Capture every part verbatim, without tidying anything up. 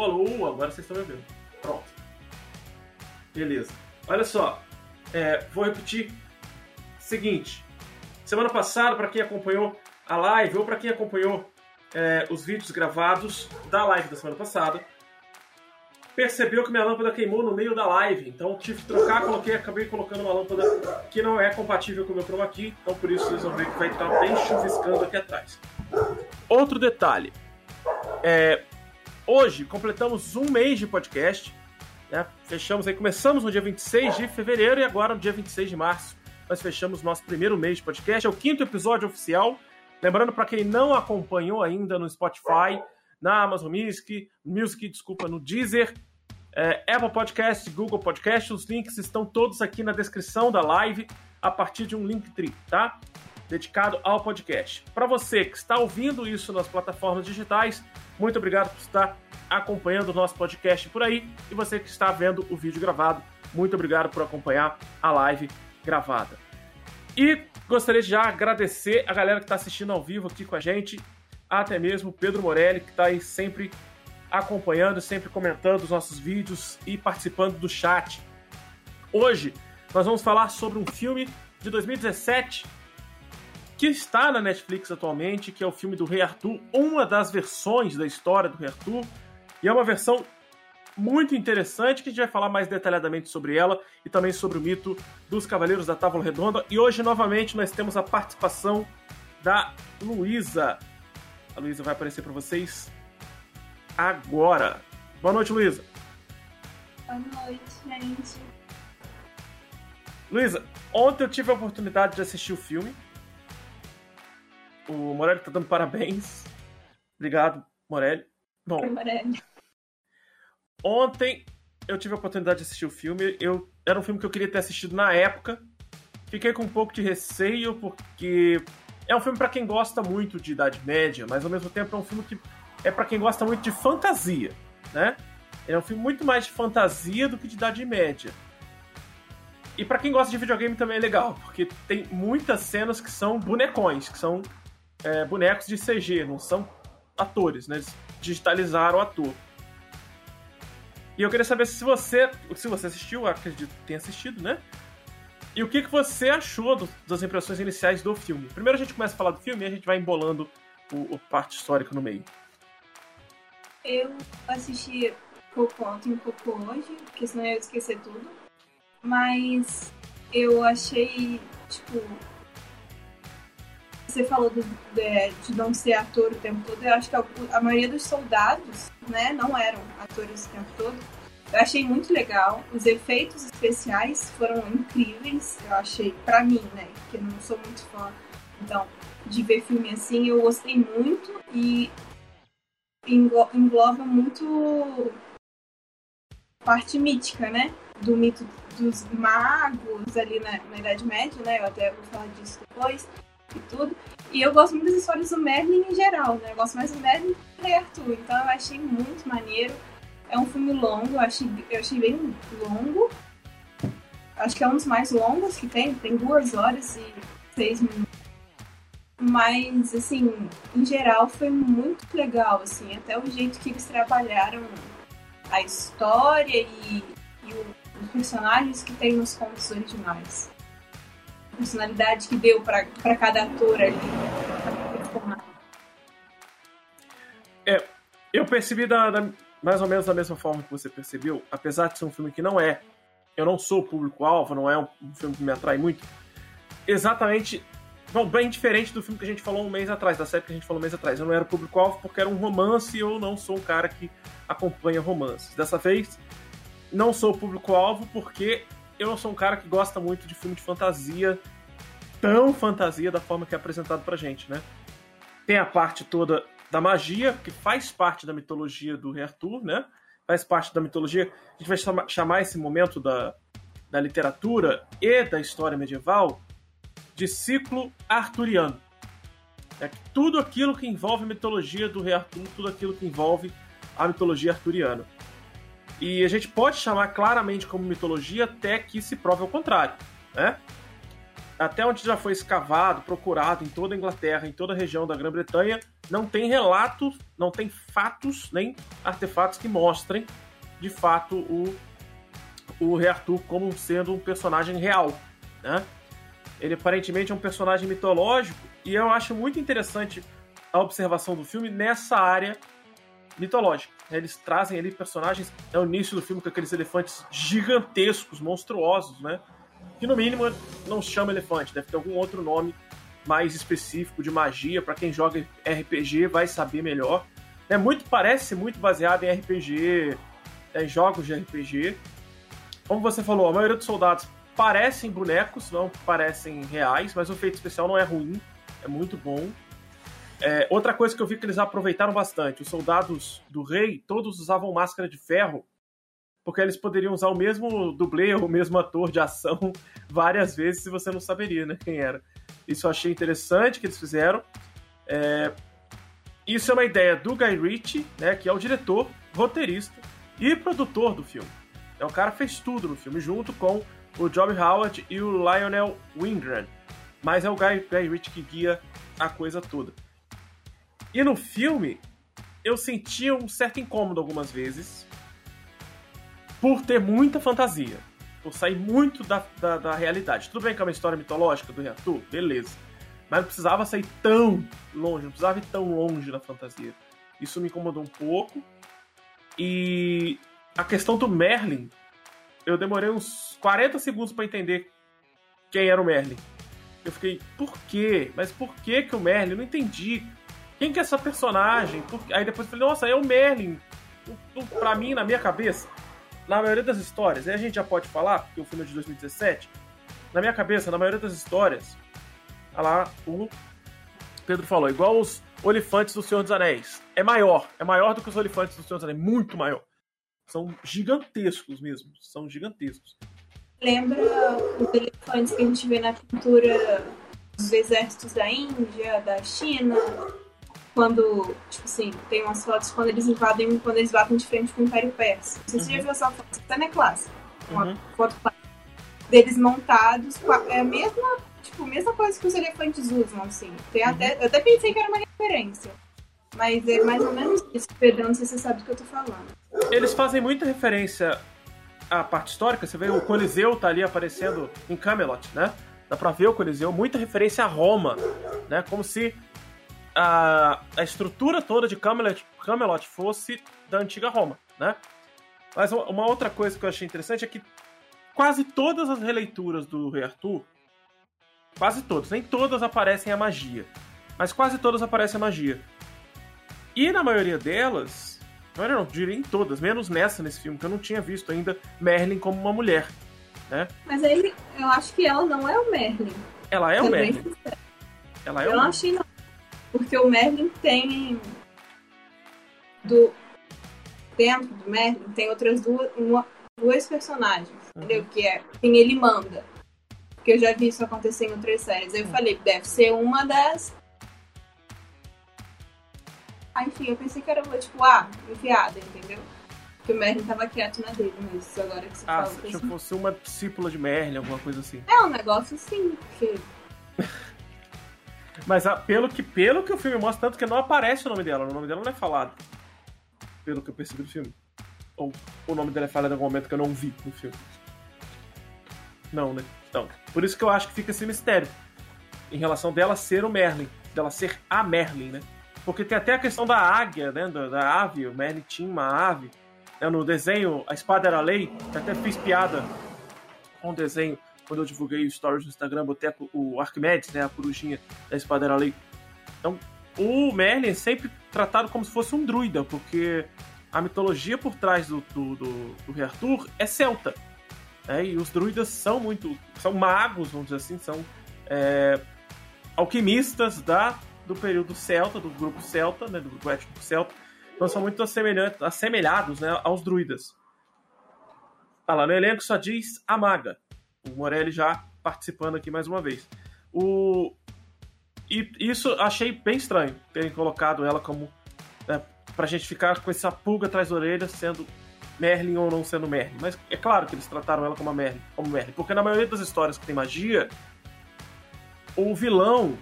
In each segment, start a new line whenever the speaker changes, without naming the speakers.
alô, agora vocês estão me ouvindo. Pronto. Beleza. Olha só, é, vou repetir o seguinte. Semana passada, para quem acompanhou a live, ou para quem acompanhou é, os vídeos gravados da live da semana passada, percebeu que minha lâmpada queimou no meio da live. Então tive que trocar, coloquei, acabei colocando uma lâmpada que não é compatível com o meu chroma key. Então por isso vocês vão ver que vai estar bem chuviscando aqui atrás. Outro detalhe. É, hoje completamos um mês de podcast. Né? Fechamos aí, começamos no dia vinte e seis de fevereiro e agora no dia vinte e seis de março nós fechamos nosso primeiro mês de podcast. É o quinto episódio oficial. Lembrando, para quem não acompanhou ainda no Spotify, na Amazon Music, Music, desculpa, no Deezer, é, Apple Podcast, Google Podcast, os links estão todos aqui na descrição da live, a partir de um Linktree, tá? Dedicado ao podcast. Para você que está ouvindo isso nas plataformas digitais, muito obrigado por estar acompanhando o nosso podcast por aí. E você que está vendo o vídeo gravado, muito obrigado por acompanhar a live gravada. E gostaria de já agradecer a galera que está assistindo ao vivo aqui com a gente, até mesmo o Pedro Morelli, que está aí sempre acompanhando, sempre comentando os nossos vídeos e participando do chat. Hoje nós vamos falar sobre um filme de dois mil e dezessete que está na Netflix atualmente, que é o filme do Rei Arthur, uma das versões da história do Rei Arthur, e é uma versão muito interessante, que a gente vai falar mais detalhadamente sobre ela e também sobre o mito dos Cavaleiros da Távola Redonda. E hoje, novamente, nós temos a participação da Luísa. A Luísa vai aparecer para vocês agora. Boa noite, Luísa.
Boa noite, gente.
Luísa, ontem eu tive a oportunidade de assistir o filme. O Morelli tá dando parabéns. Obrigado, Morelli. Bom,
Oi, Morelli.
Ontem eu tive a oportunidade de assistir o filme. Eu, era um filme que eu queria ter assistido na época. Fiquei com um pouco de receio, porque é um filme para quem gosta muito de Idade Média, mas ao mesmo tempo é um filme que é para quem gosta muito de fantasia, né? É um filme muito mais de fantasia do que de Idade Média. E para quem gosta de videogame também é legal, porque tem muitas cenas que são bonecões, que são é, bonecos de C G, não são atores, né? Eles digitalizaram o ator. E eu queria saber se você, se você assistiu, acredito que tenha assistido, né? E o que, que você achou do, das impressões iniciais do filme? Primeiro a gente começa a falar do filme e a gente vai embolando o, o parte histórica no meio.
Eu assisti pouco ontem, um pouco hoje, porque senão eu ia esquecer tudo. Mas eu achei, tipo... Você falou do, de, de não ser ator o tempo todo. Eu acho que a, a maioria dos soldados, né, não eram atores o tempo todo. Eu achei muito legal. Os efeitos especiais foram incríveis, eu achei, pra mim, né, porque eu não sou muito fã. Então, de ver filme assim, eu gostei muito e englo- engloba muito parte mítica, né, do mito dos magos ali na, na Idade Média, né, eu até vou falar disso depois. E tudo. E eu gosto muito das histórias do Merlin em geral, né? Eu gosto mais do Merlin do que do Arthur. Então eu achei muito maneiro. É um filme longo, eu achei, eu achei bem longo. Acho que é um dos mais longos que tem. Tem duas horas e seis minutos. Mas, assim, em geral foi muito legal, assim. Até o jeito que eles trabalharam a história e, e o, os personagens que tem nos contos originais. Personalidade que deu pra, pra cada ator ali.
É, eu percebi da, da, mais ou menos da mesma forma que você percebeu, apesar de ser um filme que não é, eu não sou o público-alvo, não é um, um filme que me atrai muito, exatamente, bom, bem diferente do filme que a gente falou um mês atrás, da série que a gente falou um mês atrás. Eu não era o público-alvo porque era um romance e eu não sou um cara que acompanha romances. Dessa vez, não sou o público-alvo porque eu não sou um cara que gosta muito de filme de fantasia, tão fantasia da forma que é apresentado pra gente, né? Tem a parte toda da magia, que faz parte da mitologia do Rei Arthur, né? Faz parte da mitologia. A gente vai chama, chamar esse momento da, da literatura e da história medieval de ciclo arturiano. É tudo aquilo que envolve a mitologia do Rei Arthur, tudo aquilo que envolve a mitologia arturiana. E a gente pode chamar claramente como mitologia até que se prove ao contrário, né? até onde já foi escavado, procurado em toda a Inglaterra, em toda a região da Grã-Bretanha, não tem relatos, não tem fatos, nem artefatos que mostrem, de fato, o, o Rei Arthur como sendo um personagem real, né? Ele aparentemente é um personagem mitológico, e eu acho muito interessante a observação do filme nessa área mitológica. Eles trazem ali personagens, é o início do filme com aqueles elefantes gigantescos, monstruosos, né? Que no mínimo não se chama elefante, deve ter algum outro nome mais específico de magia. Para quem joga R P G vai saber melhor. É muito, parece muito baseado em R P G, em jogos de R P G. Como você falou, a maioria dos soldados parecem bonecos, não parecem reais, mas o efeito especial não é ruim, é muito bom. É, outra coisa que eu vi que eles aproveitaram bastante, os soldados do rei, todos usavam máscara de ferro, porque eles poderiam usar o mesmo dublê, o mesmo ator de ação várias vezes, se você não saberia, né, quem era. Isso eu achei interessante que eles fizeram. É... Isso é uma ideia do Guy Ritchie, né, que é o diretor, roteirista e produtor do filme. É o cara que fez tudo no filme, junto com o Job Howard e o Lionel Wingren. Mas é o Guy, Guy Ritchie que guia a coisa toda. E no filme, eu sentia um certo incômodo algumas vezes, por ter muita fantasia, por sair muito da, da, da realidade. Tudo bem que é uma história mitológica do Rei Arthur, beleza. Mas não precisava sair tão longe, não precisava ir tão longe da fantasia. Isso me incomodou um pouco. E a questão do Merlin, eu demorei uns quarenta segundos para entender quem era o Merlin. Eu fiquei, por quê? Mas por que que o Merlin? Eu não entendi. Quem que é essa personagem? Por... Aí depois eu falei, nossa, é o Merlin. Pra mim, na minha cabeça, na maioria das histórias, aí a gente já pode falar, porque o filme é de dois mil e dezessete, na minha cabeça, na maioria das histórias, olha lá, o Pedro falou, igual os olifantes do Senhor dos Anéis. É maior, é maior do que os olifantes do Senhor dos Anéis, muito maior. São gigantescos mesmo, são gigantescos.
Lembra os elefantes que a gente vê na pintura dos exércitos da Índia, da China, quando, tipo assim, tem umas fotos quando eles invadem, quando eles batem de frente com o Império Persa. Não sei se você já viu essa foto, até na classe. Uma
Uhum.
foto deles montados, é a mesma, tipo, a mesma coisa que os elefantes usam, assim. Tem até, eu até pensei que era uma referência. Mas é mais ou menos isso, Pedro, não sei se você sabe do que eu tô falando.
Eles fazem muita referência à parte histórica, você vê o Coliseu tá ali aparecendo em Camelot, né? Dá pra ver o Coliseu, muita referência a Roma, né? Como se a, a estrutura toda de Camelot, Camelot fosse da antiga Roma, né? Mas uma outra coisa que eu achei interessante é que quase todas as releituras do Rei Arthur, quase todas, nem todas aparecem a magia, mas quase todas aparecem a magia. E na maioria delas, não, não diria em todas, menos nessa nesse filme, que eu não tinha visto ainda Merlin como uma mulher, né?
Mas aí, eu acho que ela não é o Merlin.
Ela é o
Também
Merlin. Ela é
eu
o
não
Merlin.
achei não. Porque o Merlin tem... Do... Dentro do Merlin tem outras duas, uma, duas personagens,
Uhum.
entendeu? Que é quem ele manda. Porque eu já vi isso acontecer em outras séries. Aí eu falei, deve ser uma das... Ah, enfim, eu pensei que era, tipo, ah, enfiada, entendeu? Que o Merlin tava quieto na dele, mas agora que você
Ah,
fala...
se tipo, fosse uma discípula de Merlin, alguma coisa assim.
É um negócio assim, porque...
Mas ah, pelo, que, pelo que o filme mostra, tanto que não aparece o nome dela, o nome dela não é falado. Pelo que eu percebi do filme. Ou o nome dela é falado em algum momento que eu não vi no filme. Não, né? Então, por isso que eu acho que fica esse mistério. Em relação dela ser o Merlin. Dela ser a Merlin, né? Porque tem até a questão da águia, né? Da, da ave. O Merlin tinha uma ave. Né? No desenho, a espada era a lei. Eu até fiz piada com o desenho. Quando eu divulguei o stories no Instagram, botei o Arquimedes, né? A corujinha da espada era a lei. Então, o Merlin é sempre tratado como se fosse um druida. Porque a mitologia por trás do, do, do, do Rei Arthur é celta. É, e os druidas são muito... São magos, vamos dizer assim. São é, alquimistas da, do período celta, do grupo celta, né, do grupo étnico celta. Então são muito assemelhados, né, aos druidas. Ah, lá no elenco só diz a maga. O Morelli já participando aqui mais uma vez. O... E isso achei bem estranho, terem colocado ela como... Né, pra gente ficar com essa pulga atrás da orelha, sendo Merlin ou não sendo Merlin. Mas é claro que eles trataram ela como a Merlin, como Merlin. Porque na maioria das histórias que tem magia, o vilão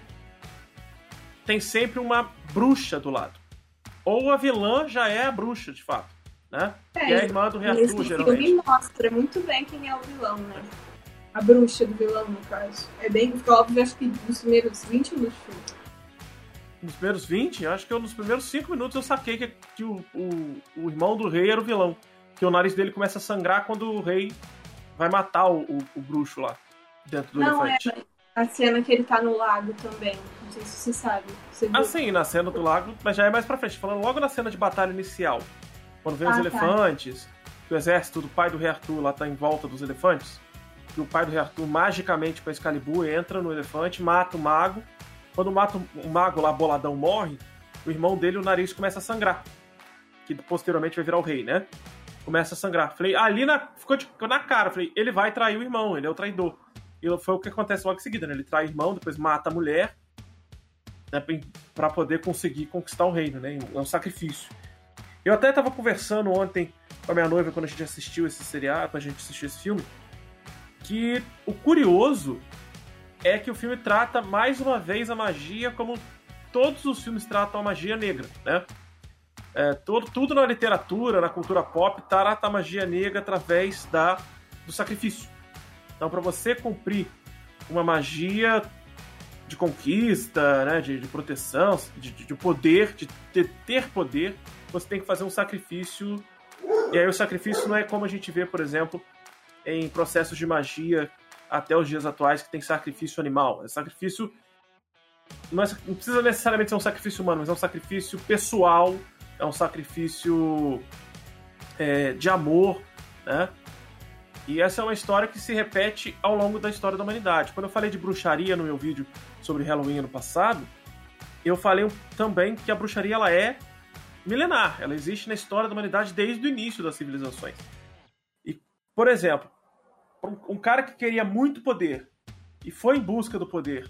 tem sempre uma bruxa do lado. Ou a vilã já é a bruxa, de fato, né?
É,
que é a irmã do Rei Arthur,
esse
geralmente.
filme mostra muito bem quem é o vilão, né? A bruxa do vilão, no caso. É bem óbvio, acho que nos primeiros vinte minutos do filme.
Nos primeiros vinte, acho que eu, nos primeiros cinco minutos eu saquei que, que o, o, o irmão do rei era o vilão. Que o nariz dele começa a sangrar quando o rei vai matar o, o, o bruxo lá, dentro do
Não,
elefante.
É a cena que ele tá no lago também. Não sei se você sabe. Você viu?
Ah, sim, na cena do lago, mas já é mais pra frente. Falando logo na cena de batalha inicial. Quando vem
Ah,
os
tá.
elefantes, que o exército do pai do Rei Arthur lá tá em volta dos elefantes. E o pai do Rei Arthur, magicamente, com a Excalibur, entra no elefante, mata o mago. Quando mata o mago lá, boladão, morre, o irmão dele, o nariz, começa a sangrar. Que posteriormente vai virar o rei, né? Começa a sangrar. Falei, ali na, ficou, de, ficou na cara. Falei, ele vai trair o irmão, ele é o traidor. E foi o que acontece logo em seguida, né? Ele trai o irmão, depois mata a mulher, né? Pra poder conseguir conquistar o reino, né? É um sacrifício. Eu até tava conversando ontem com a minha noiva, quando a gente assistiu esse seriado, quando a gente assistiu esse filme, que o curioso é que o filme trata, mais uma vez, a magia como todos os filmes tratam a magia negra, né? É, todo, tudo na literatura, na cultura pop, trata a magia negra através da, do sacrifício. Então, para você cumprir uma magia de conquista, né, de, de proteção, de, de, de poder, de ter, ter poder, você tem que fazer um sacrifício. E aí o sacrifício não é como a gente vê, por exemplo, em processos de magia até os dias atuais, que tem sacrifício animal. É sacrifício... Não, é, não precisa necessariamente ser um sacrifício humano, mas é um sacrifício pessoal, é um sacrifício é, de amor, né? E essa é uma história que se repete ao longo da história da humanidade. Quando eu falei de bruxaria no meu vídeo sobre Halloween no passado, eu falei também que a bruxaria ela é milenar. Ela existe na história da humanidade desde o início das civilizações. E, por exemplo, um cara que queria muito poder e foi em busca do poder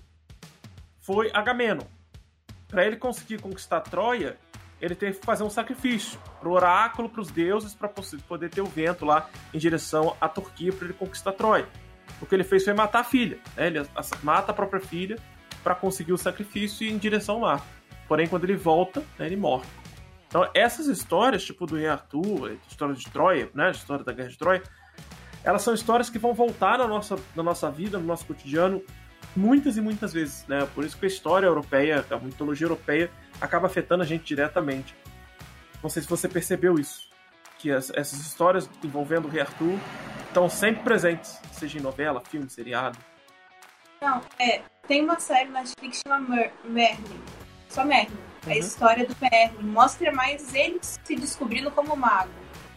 foi Agamenon. Para ele conseguir conquistar Troia, ele teve que fazer um sacrifício pro oráculo, pros deuses, para poder ter o vento lá em direção à Turquia para ele conquistar Troia. O que ele fez foi matar a filha, né? Ele mata a própria filha para conseguir o sacrifício e ir em direção ao mar. Porém, quando ele volta, né, ele morre. Então, essas histórias, tipo do Rei Arthur, a história de Troia, né, a história da Guerra de Troia, elas são histórias que vão voltar na nossa, na nossa vida, no nosso cotidiano, muitas e muitas vezes, né? Por isso que a história europeia, a mitologia europeia, acaba afetando a gente diretamente. Não sei se você percebeu isso, que as, essas histórias envolvendo o Rei Arthur estão sempre presentes, seja em novela, filme, seriado.
Não, é, tem uma série na Netflix que chama Mer- Merlin, só Merlin,
Uhum.
a história do Merlin, mostra mais ele se descobrindo como mago.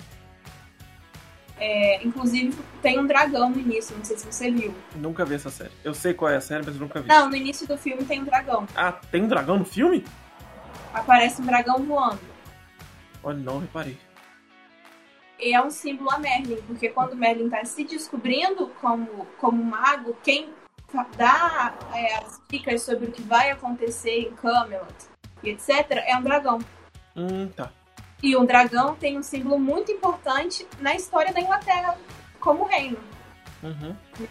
É, inclusive tem um dragão no início, não sei se você viu.
Nunca vi essa série. Eu sei qual é a série, mas eu nunca vi.
Não, no início do filme tem um dragão.
Ah, tem um dragão no filme?
Aparece um dragão voando.
Olha, não reparei.
E é um símbolo a Merlin, porque quando Merlin tá se descobrindo como, como mago, quem dá é, as dicas sobre o que vai acontecer em Camelot e etcétera é um dragão.
Hum, tá.
E o dragão tem um símbolo muito importante na história da Inglaterra como reino.
Uhum.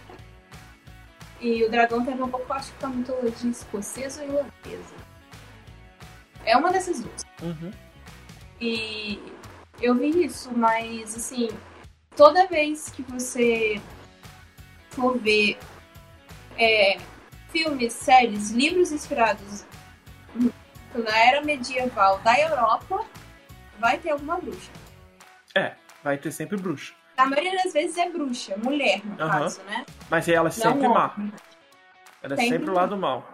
E o dragão tem um pouco, acho que, com a mitologia escocesa ou irlandesa. É uma dessas duas.
Uhum.
E eu vi isso, mas assim, toda vez que você for ver é, filmes, séries, livros inspirados na era medieval da Europa, vai ter alguma bruxa.
É, vai ter sempre bruxa.
Na maioria das vezes é bruxa, mulher, no
Uhum.
caso, né?
Mas ela é sempre
Não,
má.
homem.
Ela é
Sempre
sempre o lado mal.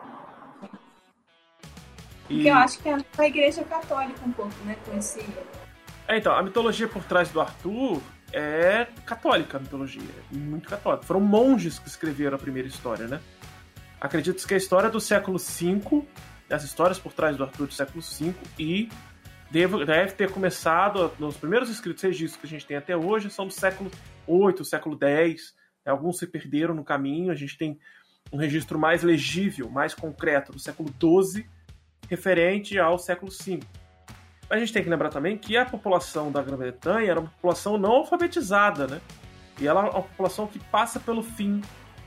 Porque eu acho que é a igreja católica um pouco, né? Com esse...
É, então, a mitologia por trás do Arthur é católica, a mitologia. É muito católica. Foram monges que escreveram a primeira história, né? Acredito que a história é do século cinco, as histórias por trás do Arthur do século cinco, e deve, deve ter começado, nos primeiros escritos registros que a gente tem até hoje, são do século oito, século dez. Alguns se perderam no caminho. A gente tem um registro mais legível, mais concreto, do século doze, referente ao século cinco. Mas a gente tem que lembrar também que a população da Grã-Bretanha era uma população não alfabetizada, né? E ela é uma população que passa pelo fim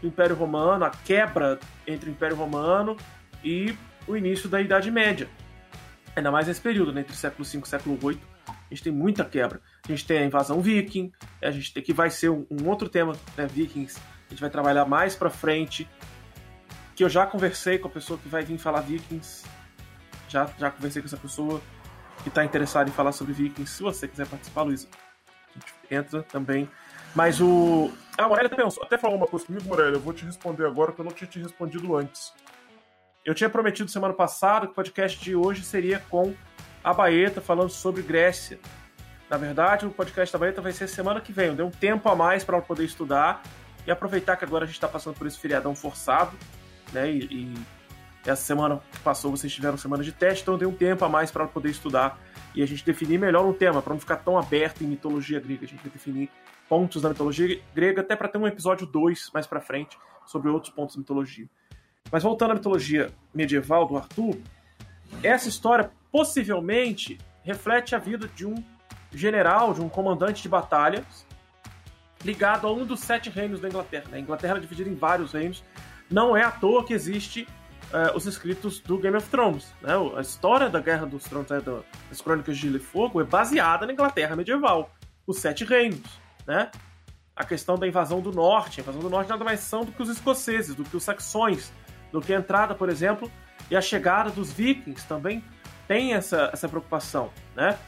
do Império Romano, a quebra entre o Império Romano e o início da Idade Média. Ainda mais nesse período, né, entre o século cinco e o século oito, a gente tem muita quebra. A gente tem a invasão viking, a gente tem, que vai ser um, um outro tema, né, vikings, a gente vai trabalhar mais pra frente, que eu já conversei com a pessoa que vai vir falar vikings, já, já conversei com essa pessoa que está interessada em falar sobre vikings. Se você quiser participar, Luísa, a gente entra também. Mas o... Ah, a Morélia também até falou uma coisa comigo, Morélia, eu vou te responder agora, que eu não tinha te respondido antes. Eu tinha prometido semana passada que o podcast de hoje seria com a Baeta, falando sobre Grécia. Na verdade, o podcast da Baeta vai ser semana que vem. Eu dei um tempo a mais para ela poder estudar e aproveitar que agora a gente está passando por esse feriadão forçado, né? E, e essa semana que passou vocês tiveram semana de teste, então eu dei um tempo a mais para ela poder estudar e a gente definir melhor um tema, para não ficar tão aberto em mitologia grega. A gente vai definir pontos da mitologia grega, até para ter um episódio dois mais para frente sobre outros pontos da mitologia. Mas voltando à mitologia medieval do Arthur, essa história possivelmente reflete a vida de um general, de um comandante de batalhas ligado a um dos sete reinos da Inglaterra. A Inglaterra é dividida em vários reinos. Não é à toa que existe uh, os escritos do Game of Thrones. Né? A história da Guerra dos Tronos, né, das Crônicas de Gelo e Fogo, é baseada na Inglaterra medieval. Os sete reinos. Né? A questão da invasão do norte. A invasão do norte nada mais são do que os escoceses, do que os saxões, do que a entrada, por exemplo, e a chegada dos vikings também tem essa, essa preocupação, né?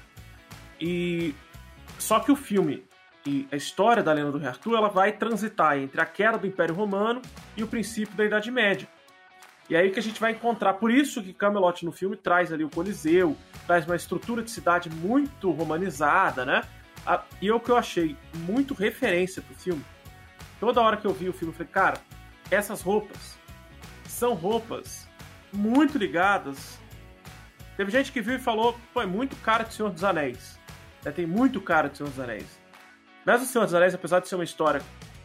E só que o filme e a história da Lenda do Rei Arthur, ela vai transitar entre a queda do Império Romano e o princípio da Idade Média. E aí que a gente vai encontrar, por isso que Camelot no filme traz ali o Coliseu, traz uma estrutura de cidade muito romanizada, né? E é o que eu achei muito referência pro filme. Toda hora que eu vi o filme, eu falei, cara, essas roupas são roupas muito ligadas. Teve gente que viu e falou, pô, é muito cara de Senhor dos Anéis. É, tem muito cara de Senhor dos Anéis. Mas o Senhor dos Anéis, apesar de ser uma história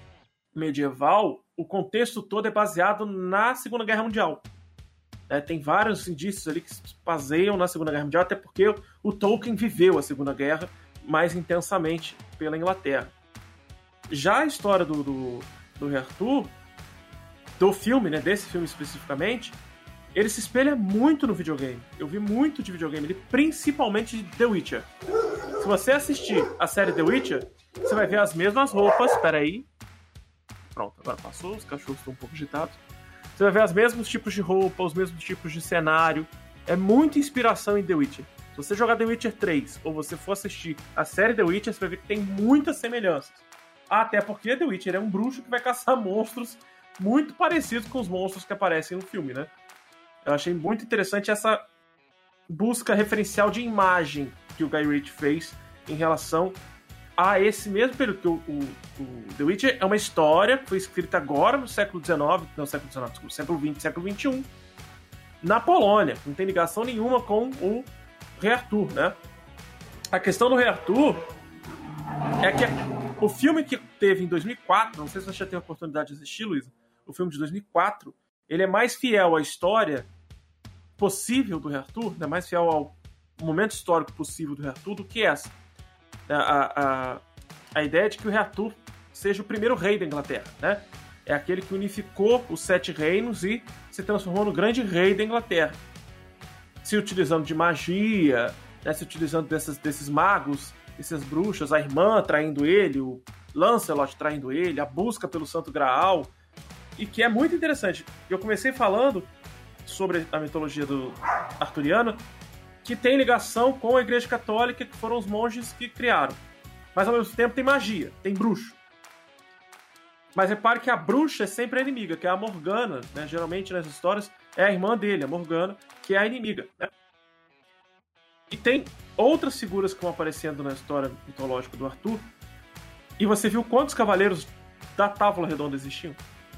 medieval, o contexto todo é baseado na Segunda Guerra Mundial. É, tem vários indícios ali que se baseiam na Segunda Guerra Mundial, até porque o Tolkien viveu a Segunda Guerra mais intensamente pela Inglaterra. Já a história do, do, do Rei Arthur, do filme, né, desse filme especificamente, ele se espelha muito no videogame. Eu vi muito de videogame, ele, principalmente de The Witcher. Se você assistir a série The Witcher, você vai ver as mesmas roupas. Espera aí. Pronto, agora passou, os cachorros estão um pouco agitados. Você vai ver os mesmos tipos de roupa, os mesmos tipos de cenário. É muita inspiração em The Witcher. Se você jogar The Witcher três ou você for assistir a série The Witcher, você vai ver que tem muitas semelhanças. Até porque The Witcher é um bruxo que vai caçar monstros muito parecidos com os monstros que aparecem no filme, né? Eu achei muito interessante essa busca referencial de imagem que o Guy Ritchie fez em relação a esse mesmo período. Que o, o, o The Witcher é uma história que foi escrita agora no século dezenove, não, século dezenove, desculpa, século vinte, século vinte e um, na Polônia. Não tem ligação nenhuma com o Rei Arthur, né? A questão do Rei Arthur é que o filme que teve em dois mil e quatro, não sei se você já teve a oportunidade de assistir, Luísa, o filme de dois mil e quatro, ele é mais fiel à história possível do Rei Arthur, né? Mais fiel ao momento histórico possível do Rei Arthur do que essa. A, a, a ideia de que o Rei Arthur seja o primeiro rei da Inglaterra, né? É aquele que unificou os sete reinos e se transformou no grande rei da Inglaterra. Se utilizando de magia, né? Se utilizando desses, desses magos, essas bruxas, a irmã traindo ele, o Lancelot traindo ele, a busca pelo Santo Graal. E que é muito interessante. Eu comecei falando sobre a mitologia do arturiana, que tem ligação com a Igreja Católica, que foram os monges que criaram. Mas ao mesmo tempo tem magia, tem bruxo. Mas repare que a bruxa é sempre a inimiga, que é a Morgana, né? Geralmente nas histórias é a irmã dele, a Morgana, que é a inimiga, né? E tem outras figuras que vão aparecendo na história mitológica do Arthur. E você viu quantos cavaleiros da Távola Redonda existiam?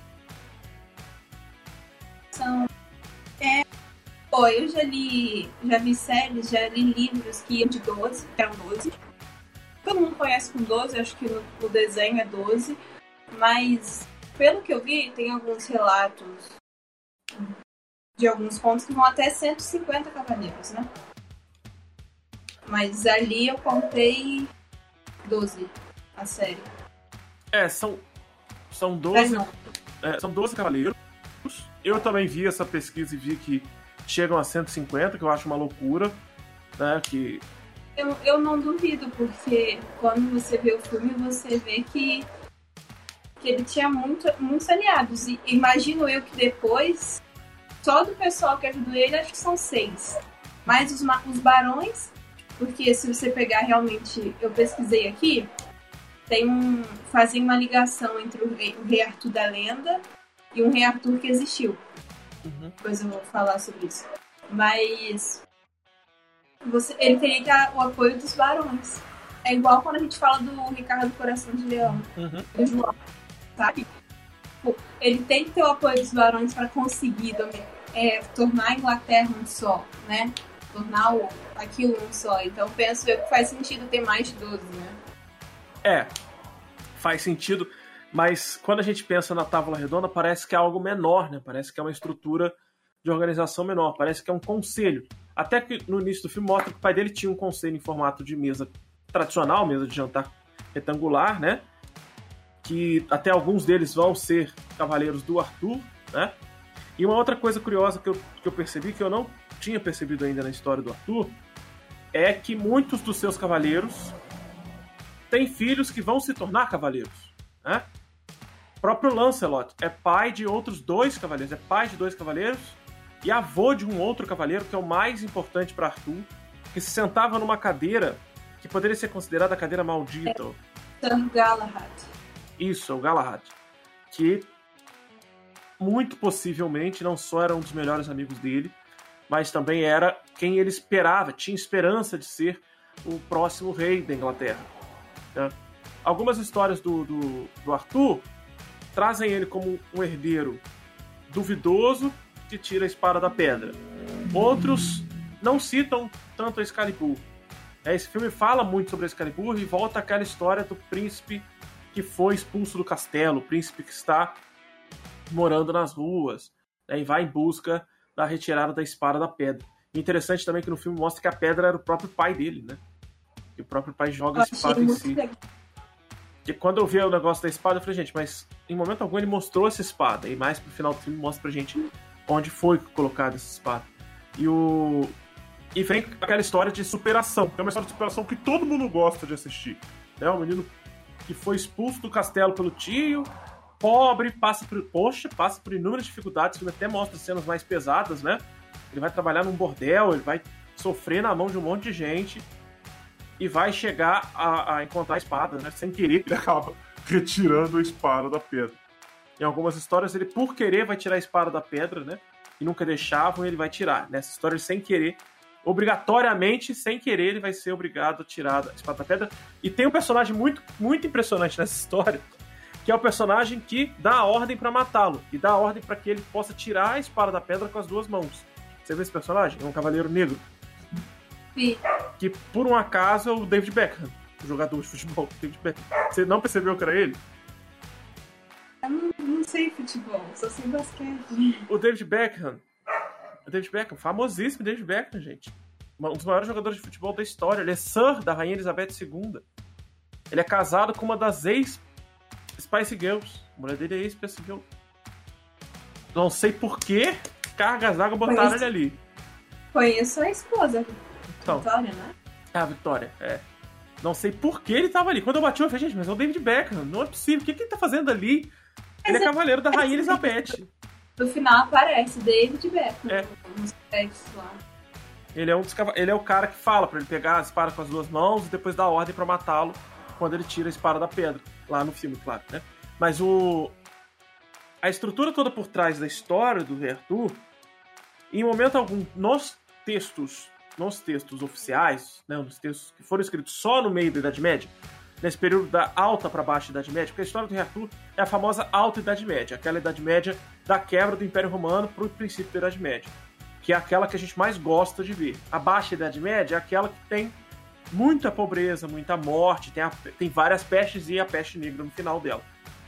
São... É... Pô, eu já li... Já vi séries, já li livros que iam de doze, eram doze. Todo mundo conhece com doze, acho que no, no desenho é doze. Mas, pelo que eu vi, tem alguns relatos de alguns contos que vão até cento e cinquenta cavaleiros, né? Mas ali eu contei doze, a série.
É, são, são doze... é, são doze cavaleiros. Eu também vi essa pesquisa e vi que chegam a cento e cinquenta, que eu acho uma loucura, né? Que...
Eu, eu não duvido, porque quando você vê o filme, você vê que, que ele tinha muito, muitos aliados. E imagino eu que depois, só do pessoal que ajudou ele, acho que são seis. Mas os, os barões, porque se você pegar realmente, eu pesquisei aqui, tem um, fazem uma ligação entre o rei, o rei Arthur da lenda e um rei Arthur que existiu. Uhum. Depois eu vou falar sobre isso. Mas você, ele teria que ter o apoio dos barões. É igual quando a gente fala do Ricardo Coração de Leão, uhum. do João, sabe? Ele tem que ter o apoio dos barões para conseguir é, tornar a Inglaterra um só, né? Tornar o, aquilo um só. Então penso eu que faz sentido ter mais de doze, né?
É, faz sentido, mas quando a gente pensa na Távola Redonda, parece que é algo menor, né? Parece que é uma estrutura de organização menor, parece que é um conselho. Até que no início do filme mostra que o pai dele tinha um conselho em formato de mesa tradicional, mesa de jantar retangular, né? Que até alguns deles vão ser cavaleiros do Arthur, né? E uma outra coisa curiosa que eu, que eu percebi, que eu não tinha percebido ainda na história do Arthur, é que muitos dos seus cavaleiros têm filhos que vão se tornar cavaleiros, né? O próprio Lancelot é pai de outros dois cavaleiros, é pai de dois cavaleiros e avô de um outro cavaleiro, que é o mais importante para Arthur, que se sentava numa cadeira que poderia ser considerada a cadeira maldita.
É Sir Galahad.
Isso, é o Galahad. Que muito possivelmente não só era um dos melhores amigos dele, mas também era quem ele esperava, tinha esperança de ser o próximo rei da Inglaterra. Né? Algumas histórias do, do, do Arthur trazem ele como um herdeiro duvidoso que tira a espada da pedra. Outros não citam tanto a Excalibur. Esse filme fala muito sobre a Excalibur e volta àquela história do príncipe que foi expulso do castelo, o príncipe que está morando nas ruas, né, e vai em busca da retirada da espada da pedra. E interessante também que no filme mostra que a pedra era o próprio pai dele, né? Que o próprio pai joga a espada em si. E quando eu vi o negócio da espada, eu falei, gente, mas em momento algum ele mostrou essa espada. E mais pro final do filme mostra pra gente onde foi colocada essa espada. E o... E vem aquela história de superação. É uma história de superação que todo mundo gosta de assistir. É um menino que foi expulso do castelo pelo tio, pobre, passa por... Poxa, passa por inúmeras dificuldades. O filme até mostra cenas mais pesadas, né? Ele vai trabalhar num bordel, ele vai sofrer na mão de um monte de gente e vai chegar a, a encontrar a espada, né? Sem querer, ele acaba retirando a espada da pedra. Em algumas histórias, ele, por querer, vai tirar a espada da pedra, né? E nunca deixavam, ele vai tirar. Nessa história, sem querer, obrigatoriamente, sem querer, ele vai ser obrigado a tirar a espada da pedra. E tem um personagem muito, muito impressionante nessa história, que é o personagem que dá a ordem pra matá-lo. E dá a ordem para que ele possa tirar a espada da pedra com as duas mãos. Você vê esse personagem? É um cavaleiro negro.
Sim.
Que, por um acaso, é o David Beckham, o jogador de futebol. David Beckham. Você não percebeu que era ele?
Eu não, não sei futebol, só sei basquete.
O David Beckham, o David Beckham, famosíssimo David Beckham, gente. Um dos maiores jogadores de futebol da história. Ele é Sir da Rainha Elizabeth segunda. Ele é casado com uma das ex-Spice Girls. A mulher dele é ex-Spice Girl. Não sei por que cargas d'água botaram Conheço. ele ali.
Conheço a esposa.
Então,
Vitória, né?
Ah, Vitória, é. Não sei por que ele tava ali. Quando eu bati, eu falei, gente, mas é o David Beckham. Não é possível. O que, que ele tá fazendo ali? Ele é cavaleiro da Rainha Elizabeth.
No final aparece David Beckham.
É.
Nos textos lá.
Ele é, um dos cav... ele é o cara que fala pra ele pegar a espada com as duas mãos e depois dar ordem pra matá-lo quando ele tira a espada da pedra. Lá no filme, claro, né? Mas o... A estrutura toda por trás da história do Rei Arthur, em momento algum, nos textos, nos textos oficiais, né, nos textos que foram escritos só no meio da Idade Média, nesse período da alta para baixa Idade Média, porque a história do Rei Arthur é a famosa Alta Idade Média, aquela Idade Média da quebra do Império Romano para o princípio da Idade Média, que é aquela que a gente mais gosta de ver. A baixa Idade Média é aquela que tem muita pobreza, muita morte, tem, a, tem várias pestes e a peste negra no final dela.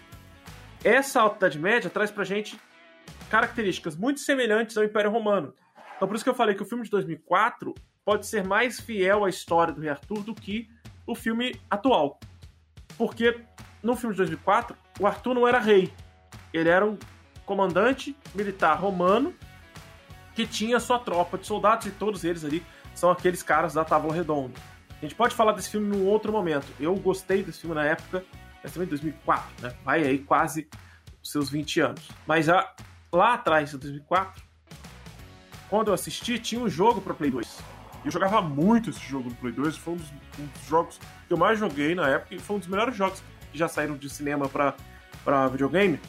Essa Alta Idade Média traz pra gente características muito semelhantes ao Império Romano. Então por isso que eu falei que o filme de dois mil e quatro pode ser mais fiel à história do Rei Arthur do que o filme atual. Porque no filme de dois mil e quatro, o Arthur não era rei. Ele era um comandante militar romano que tinha sua tropa de soldados, e todos eles ali são aqueles caras da Távola Redonda. A gente pode falar desse filme num outro momento. Eu gostei desse filme na época, esse filme de dois mil e quatro, né? Vai aí quase os seus vinte anos. Mas já, lá atrás, em dois mil e quatro, quando eu assisti, tinha um jogo para Play dois. Eu jogava muito esse jogo no Play dois, foi um dos, um dos jogos que eu mais joguei na época, e foi um dos melhores jogos que já saíram de cinema para videogame.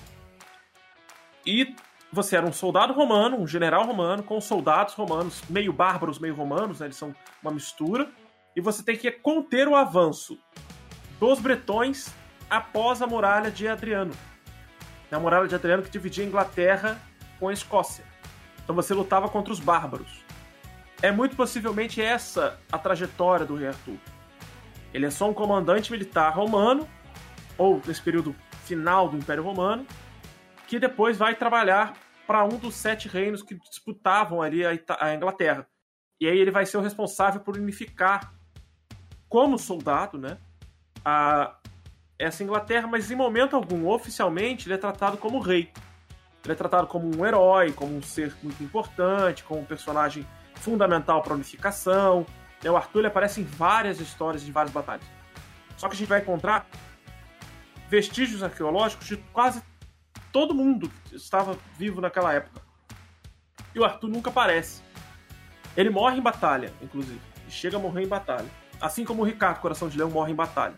E você era um soldado romano, um general romano, com soldados romanos, meio bárbaros, meio romanos, né? Eles são uma mistura, e você tem que conter o avanço dos bretões após a muralha de Adriano. A muralha de Adriano que dividia a Inglaterra com a Escócia. Então você lutava contra os bárbaros. É muito possivelmente essa a trajetória do Rei Arthur. Ele é só um comandante militar romano, ou nesse período final do Império Romano, que depois vai trabalhar para um dos sete reinos que disputavam ali a, Ita- a Inglaterra. E aí ele vai ser o responsável por unificar, como soldado, né, a, essa Inglaterra, mas em momento algum, oficialmente, ele é tratado como rei. Ele é tratado como um herói, como um ser muito importante, como um personagem fundamental para a unificação. O Arthur ele aparece em várias histórias de várias batalhas. Só que a gente vai encontrar vestígios arqueológicos de quase todo mundo que estava vivo naquela época. E o Arthur nunca aparece. Ele morre em batalha, inclusive. Ele chega a morrer em batalha. Assim como o Ricardo, Coração de Leão, morre em batalha.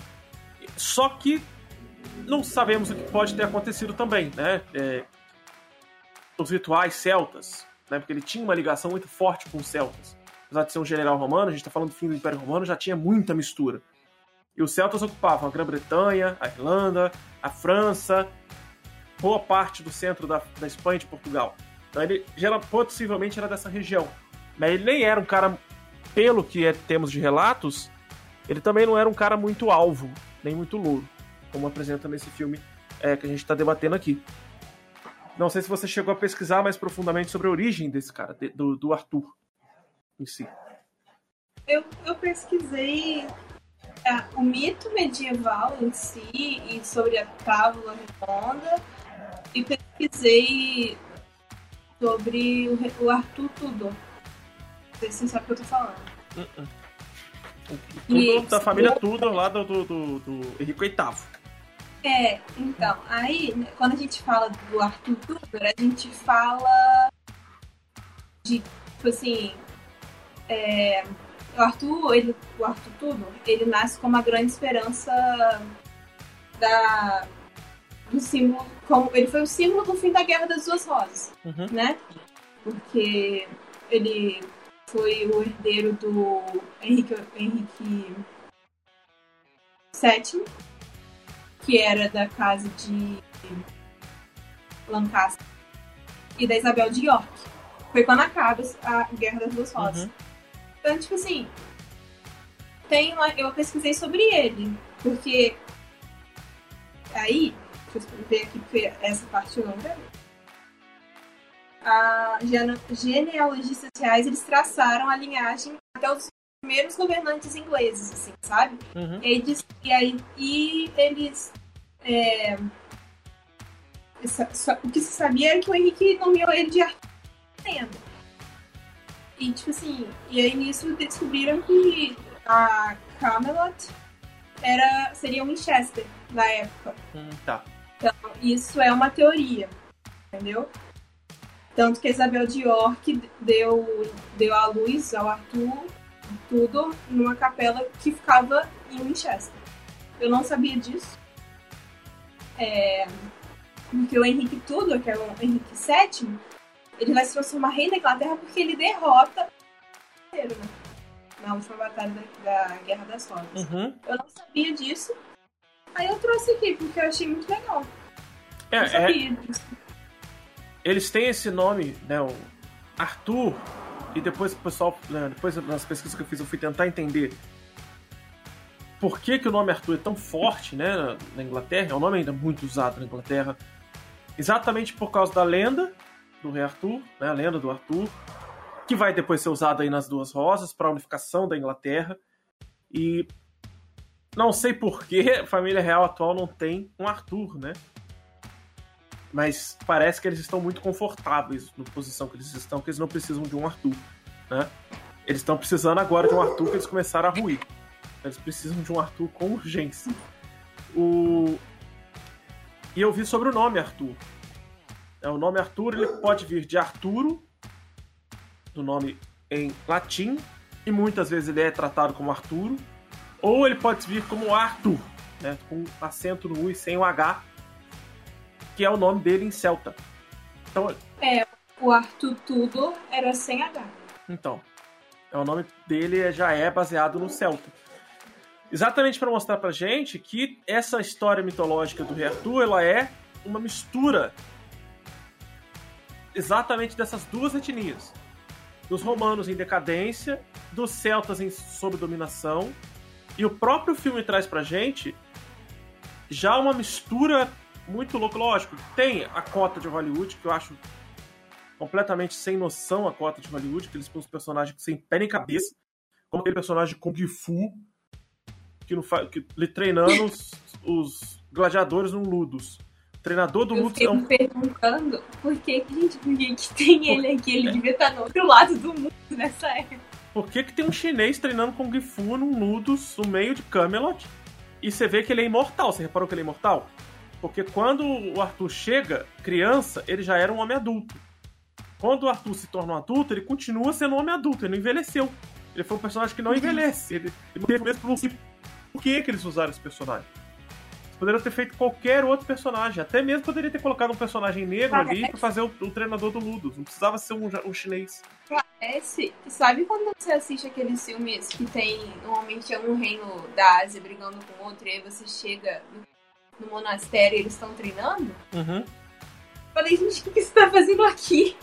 Só que não sabemos o que pode ter acontecido também, né? É, os rituais celtas, né? Porque ele tinha uma ligação muito forte com os celtas. Apesar de ser um general romano, a gente está falando do fim do Império Romano, já tinha muita mistura. E os celtas ocupavam a Grã-Bretanha, a Irlanda, a França, boa parte do centro da, da Espanha e de Portugal. Então ele já, possivelmente era dessa região. Mas ele nem era um cara, pelo que é, temos de relatos, ele também não era um cara muito alvo, nem muito louro, como apresenta nesse filme é, que a gente está debatendo aqui. Não sei se você chegou a pesquisar mais profundamente sobre a origem desse cara, de, do, do Arthur em si.
Eu, eu pesquisei é, o mito medieval em si e sobre a Távola Redonda, e pesquisei sobre o, o Arthur Tudor. Não sei se você sabe o que eu tô falando.
Uh-uh. Tudor, da família Tudor, lá do, do, do, do Henrique oitavo.
É, então, aí, quando a gente fala do Arthur Tudor, a gente fala de, tipo assim, é, o Arthur, ele, o Arthur Tudor, ele nasce como a grande esperança da, do símbolo, como, ele foi o símbolo do fim da Guerra das Duas Rosas, uhum. né? Porque ele foi o herdeiro do Henrique, Henrique sétimo, que era da casa de Lancaster, e da Isabel de York. Foi quando acaba a Guerra das Duas Rosas. Uhum. Então, tipo assim, tem uma, eu pesquisei sobre ele, porque aí, deixa eu ver aqui, porque essa parte eu não gravei. A gene, genealogistas reais, eles traçaram a linhagem até os primeiros governantes ingleses, assim, sabe? Uhum. Eles, e aí e eles é, só, o que se sabia era que o Henrique nomeou ele de Arthur. E tipo assim, e aí nisso descobriram que a Camelot era, seria Winchester na época.
Hum, tá.
Então isso é uma teoria, entendeu? Tanto que a Isabel de York deu, deu à luz ao Arthur tudo numa capela que ficava em Winchester. Eu não sabia disso. É, porque o Henrique Tudor, que é o Henrique sétimo, ele vai se transformar rei da Inglaterra porque ele derrota o né? na última batalha da, da Guerra das Rosas. Uhum. Eu não sabia disso. Aí eu trouxe aqui porque eu achei muito legal.
É,
eu sabia
é...
disso.
Eles têm esse nome, né, o Arthur, e depois o pessoal, né, depois nas pesquisas que eu fiz, eu fui tentar entender por que, que o nome Arthur é tão forte, né, na, na Inglaterra. É um nome ainda muito usado na Inglaterra, exatamente por causa da lenda do Rei Arthur, né, a lenda do Arthur, que vai depois ser usada aí nas Duas Rosas para a unificação da Inglaterra. E não sei por que a família real atual não tem um Arthur, né? mas parece que eles estão muito confortáveis na posição que eles estão, que eles não precisam de um Arthur, né? Eles estão precisando agora de um Arthur que eles começaram a ruir. Eles precisam de um Arthur com urgência. O... E eu vi sobre o nome Arthur. O nome Arthur ele pode vir de Arturo, do nome em latim, e muitas vezes ele é tratado como Arturo, ou ele pode vir como Arthur, né, com acento no U e sem o H, que é o nome dele em celta. Então,
é, o Arthur Tudor era sem H.
Então, é, o nome dele já é baseado no celta. Exatamente para mostrar pra gente que essa história mitológica do rei Arthur, ela é uma mistura exatamente dessas duas etnias. Dos romanos em decadência, dos celtas em sob dominação, e o próprio filme traz pra gente já uma mistura muito louca. Lógico, tem a cota de Hollywood, que eu acho completamente sem noção, a cota de Hollywood, que eles põem os personagens sem pé nem cabeça, como aquele personagem de Kung Fu, que, não fa... que ele treinando os, os gladiadores num Ludus. O treinador do
eu
Ludus
fiquei
é um...
me perguntando por que, gente, por que, que tem ele aqui? Ele devia estar no outro lado do mundo nessa época.
Por que, que tem um chinês treinando Kung Fu num Ludus no meio de Camelot? E você vê que ele é imortal. Você reparou que ele é imortal? Porque quando o Arthur chega, criança, ele já era um homem adulto. Quando o Arthur se torna um adulto, ele continua sendo um homem adulto. Ele não envelheceu. Ele foi um personagem que não envelhece. Ele, ele teve o mesmo princípio. Por que, que eles usaram esse personagem? Eles poderiam ter feito qualquer outro personagem. Até mesmo poderia ter colocado um personagem negro ali pra fazer o, o treinador do Ludus. Não precisava ser um, um chinês.
Parece. Sabe quando você assiste aqueles filmes que tem normalmente é um reino da Ásia brigando com outro, e aí você chega no, no monastério e eles estão treinando?
Uhum.
Falei, gente, o que você tá fazendo aqui?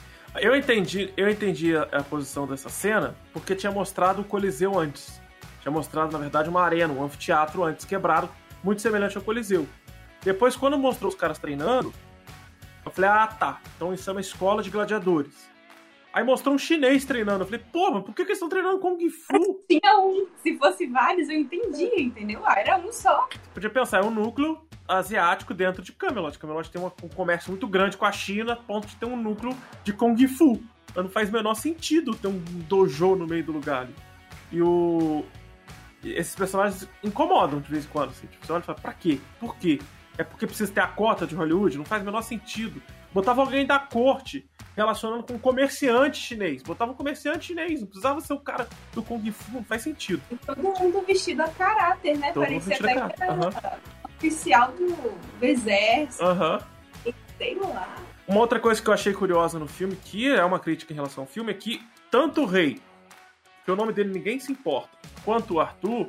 Eu entendi, eu entendi a, a posição dessa cena porque tinha mostrado o Coliseu antes. Tinha mostrado, na verdade, uma arena, um anfiteatro antes quebrado, muito semelhante ao Coliseu. Depois, quando mostrou os caras treinando, eu falei, ah, tá, então isso é uma escola de gladiadores. Aí mostrou um chinês treinando. Eu falei, pô, mas por que, que eles estão treinando Kung Fu?
Tinha um. Se fosse vários, eu entendia, entendeu? Ah, era um só.
Você podia pensar, é um núcleo asiático dentro de Camelot. Camelot tem uma, um comércio muito grande com a China, a ponto de ter um núcleo de Kung Fu. Mas não faz o menor sentido ter um dojo no meio do lugar ali. E o... esses personagens incomodam de vez em quando. Assim. Tipo, você olha e fala, pra quê? Por quê? É porque precisa ter a cota de Hollywood? Não faz o menor sentido. Botava alguém da corte relacionando com um comerciante chinês. Botava um comerciante chinês. Não precisava ser o cara do Kung Fu. Não faz sentido.
E todo mundo vestido a caráter, né?
Todo
Parecia
mundo
até que era
uhum.
oficial do, do exército.
Uhum.
Sei lá.
Uma outra coisa que eu achei curiosa no filme, que é uma crítica em relação ao filme, é que tanto o rei, que o nome dele ninguém se importa, quanto o Arthur...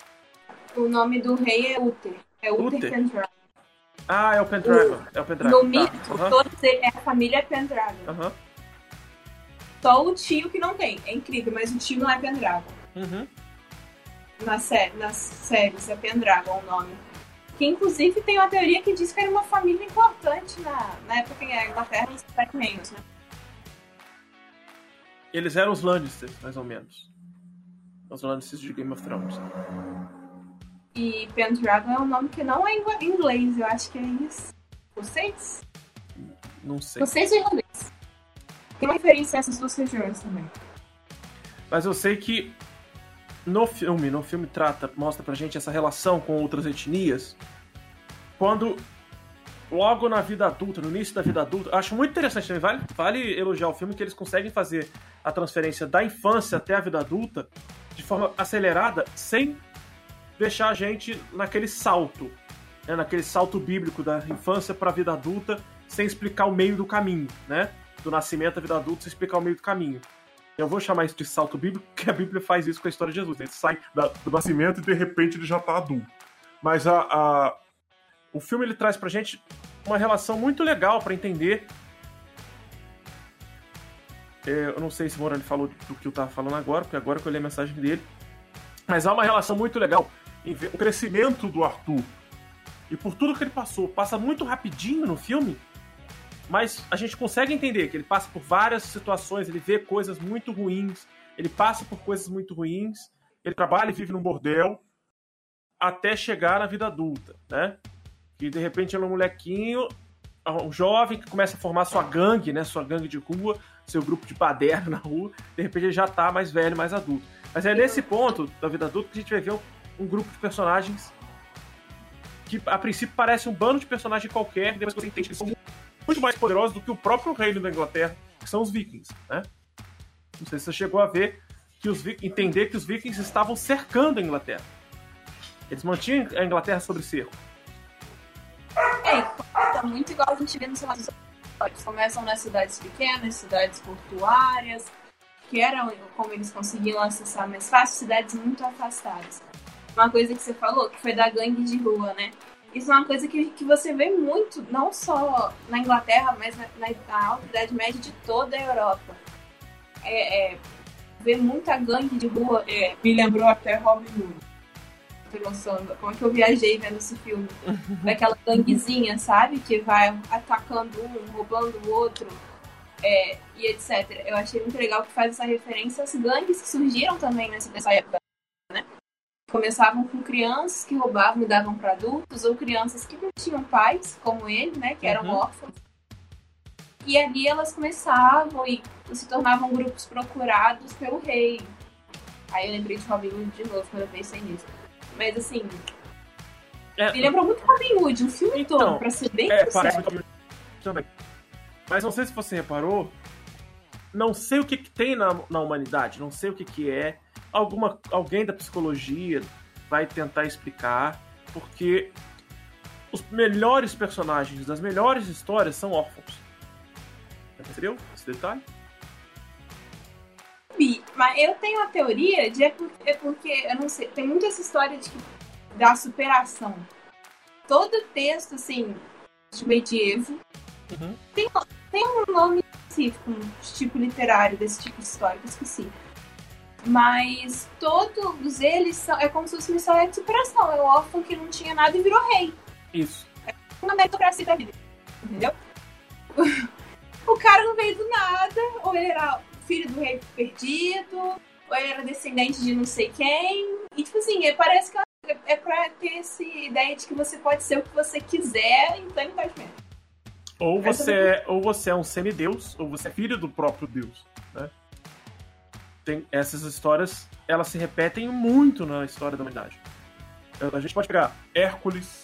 O nome do rei é Uther. É Uther,
Uther.
Pendragon.
Ah, é o Pendragon. É o Pendragon.
No mito,
tá. uhum.
todos eles, é a família Pendragon.
Uhum.
Só o tio que não tem. É incrível, mas o tio não é Pendragon.
Uhum.
Na sé nas séries é Pendragon o nome. Que inclusive tem uma teoria que diz que era uma família importante na, na época em Inglaterra, nos reinos, né?
Eles eram os Lannisters, mais ou menos. Os Lannisters de Game of Thrones.
E Pendragon é um nome que não é em inglês, eu acho que é isso. Vocês?
Não sei.
Vocês ou inglês? Tem uma referência a essas duas regiões também.
Mas eu sei que no filme, no filme trata, mostra pra gente essa relação com outras etnias. Quando, logo na vida adulta, no início da vida adulta, acho muito interessante também, vale, vale elogiar o filme que eles conseguem fazer a transferência da infância até a vida adulta de forma acelerada, sem deixar a gente naquele salto, né, naquele salto bíblico da infância para a vida adulta, sem explicar o meio do caminho, né? Do nascimento à vida adulta, sem explicar o meio do caminho. Eu vou chamar isso de salto bíblico, porque a Bíblia faz isso com a história de Jesus. Ele sai da, do nascimento e de repente ele já está adulto. Mas a, a, o filme ele traz pra gente uma relação muito legal para entender. É, eu não sei se o Morani falou do que eu estava falando agora, porque agora que eu li a mensagem dele. Mas há uma relação muito legal em ver o crescimento do Arthur. E por tudo que ele passou, passa muito rapidinho no filme, mas a gente consegue entender que ele passa por várias situações, ele vê coisas muito ruins, ele passa por coisas muito ruins, ele trabalha e vive num bordel, até chegar na vida adulta, né? Que de repente ele é um molequinho, um jovem que começa a formar sua gangue, né? Sua gangue de rua, seu grupo de baderna na rua. De repente ele já tá mais velho, mais adulto. Mas é nesse ponto da vida adulta que a gente vai ver um, um grupo de personagens que a princípio parece um bando de personagens qualquer, e depois você entende que eles são muito mais poderosos do que o próprio reino da Inglaterra, que são os vikings, né? Não sei se você chegou a ver, que os entender que os vikings estavam cercando a Inglaterra. Eles mantinham a Inglaterra sob cerco.
É, tá muito igual a gente vê nos relatos. Eles começam nas cidades pequenas, cidades portuárias, que eram como eles conseguiam acessar mais fácil, cidades muito afastadas. Uma coisa que você falou, que foi da gangue de rua, né? Isso é uma coisa que, que você vê muito, não só na Inglaterra, mas na, na, na alta Idade Média de toda a Europa. É, é, vê muita gangue de rua.
É, me lembrou até Robin Hood.
Tô pensando, como é que eu viajei vendo esse filme? Daquela ganguezinha, sabe? Que vai atacando um, roubando o outro, é, e etcétera. Eu achei muito legal que faz essa referência às gangues que surgiram também nessa, nessa época, né? Começavam com crianças que roubavam e davam para adultos, ou crianças que não tinham pais, como ele, né? Que eram uhum. órfãos. E ali elas começavam e se tornavam grupos procurados pelo rei. Aí eu lembrei de Robin Hood de novo quando eu pensei nisso. Mas assim, é, me lembrou muito Robin Hood, um filme então, todo, pra ser bem
é, parece muito também. Mas não sei se você reparou, não sei o que, que tem na, na humanidade, não sei o que, que é. Alguma, alguém da psicologia vai tentar explicar, porque os melhores personagens das melhores histórias são órfãos. Entendeu esse detalhe?
Mas eu tenho a teoria de é porque, é porque, eu não sei, tem muito essa história de, da superação. Todo texto, assim, de medievo, uhum. tem, tem um nome específico, um tipo literário desse tipo de história, que eu esqueci. Mas todos eles são, é como se fosse uma história de superação. É o órfão que não tinha nada e virou rei.
Isso.
É uma meritocracia da vida. Entendeu? O cara não veio do nada, ou ele era filho do rei perdido, ou ele era descendente de não sei quem. E, tipo assim, parece que é pra ter essa ideia de que você pode ser o que você quiser em tanto mesmo.
Ou você, é, ou você é um semideus, ou você é filho do próprio Deus, né? Tem essas histórias, elas se repetem muito na história da humanidade. A gente pode pegar Hércules,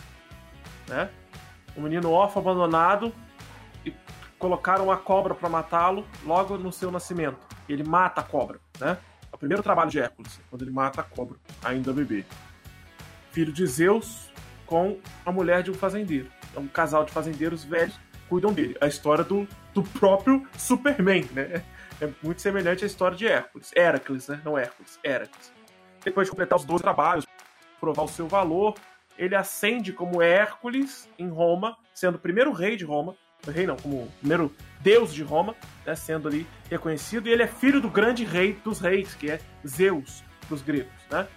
né? Um menino órfão abandonado, e colocaram uma cobra para matá-lo logo no seu nascimento. Ele mata a cobra, né? É o primeiro trabalho de Hércules, quando ele mata a cobra, ainda bebê. Filho de Zeus com a mulher de um fazendeiro. É um casal de fazendeiros velhos cuidam dele. A história do, do próprio Superman, né? É muito semelhante à história de Hércules. Heracles, né? Não Hércules, Heracles. Depois de completar os doze trabalhos, provar o seu valor, ele ascende como Hércules em Roma, sendo o primeiro rei de Roma. Rei não, como o primeiro deus de Roma, né? Sendo ali reconhecido. E ele é filho do grande rei dos reis, que é Zeus, dos gregos, né?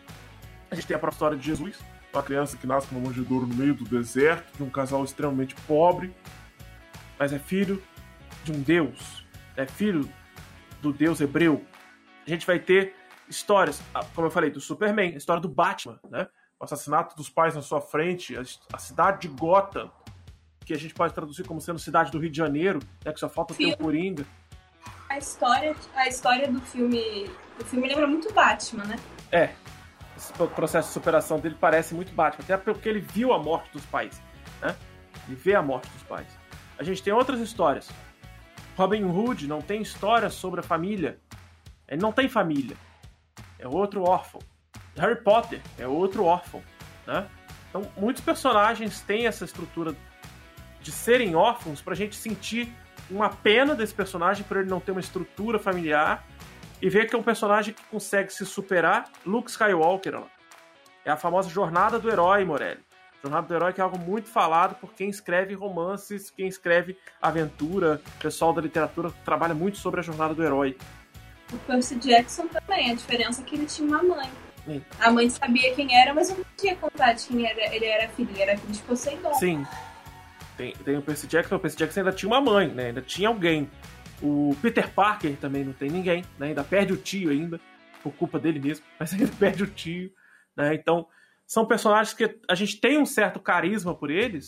A gente tem a própria história de Jesus, uma criança que nasce numa manjedoura no meio do deserto, de um casal extremamente pobre, mas é filho de um deus. É filho do deus hebreu. A gente vai ter histórias, como eu falei, do Superman, a história do Batman, né? O assassinato dos pais na sua frente, a cidade de Gotham, que a gente pode traduzir como sendo cidade do Rio de Janeiro, né? Que só falta ter o Coringa.
A história, a história do filme, do filme lembra muito Batman, né?
É. Esse processo de superação dele parece muito Batman, até porque ele viu a morte dos pais, né? Ele vê a morte dos pais. A gente tem outras histórias. Robin Hood não tem história sobre a família. Ele não tem família. É outro órfão. Harry Potter é outro órfão, né? Então, muitos personagens têm essa estrutura de serem órfãos pra gente sentir uma pena desse personagem por ele não ter uma estrutura familiar e ver que é um personagem que consegue se superar. Luke Skywalker, ó. É a famosa jornada do herói, Morelli. Jornada do Herói, que é algo muito falado por quem escreve romances, quem escreve aventura, o pessoal da literatura trabalha muito sobre a jornada do herói.
O Percy Jackson também, a diferença é que ele tinha uma mãe. Sim. A mãe sabia quem era, mas não tinha contato de quem era, ele era filho, ele era filho de Poseidon.
Sim, tem, tem o Percy Jackson, o Percy Jackson ainda tinha uma mãe, né? Ainda tinha alguém. O Peter Parker também não tem ninguém, né? Ainda perde o tio ainda, por culpa dele mesmo, mas ainda perde o tio, né? Então... são personagens que a gente tem um certo carisma por eles,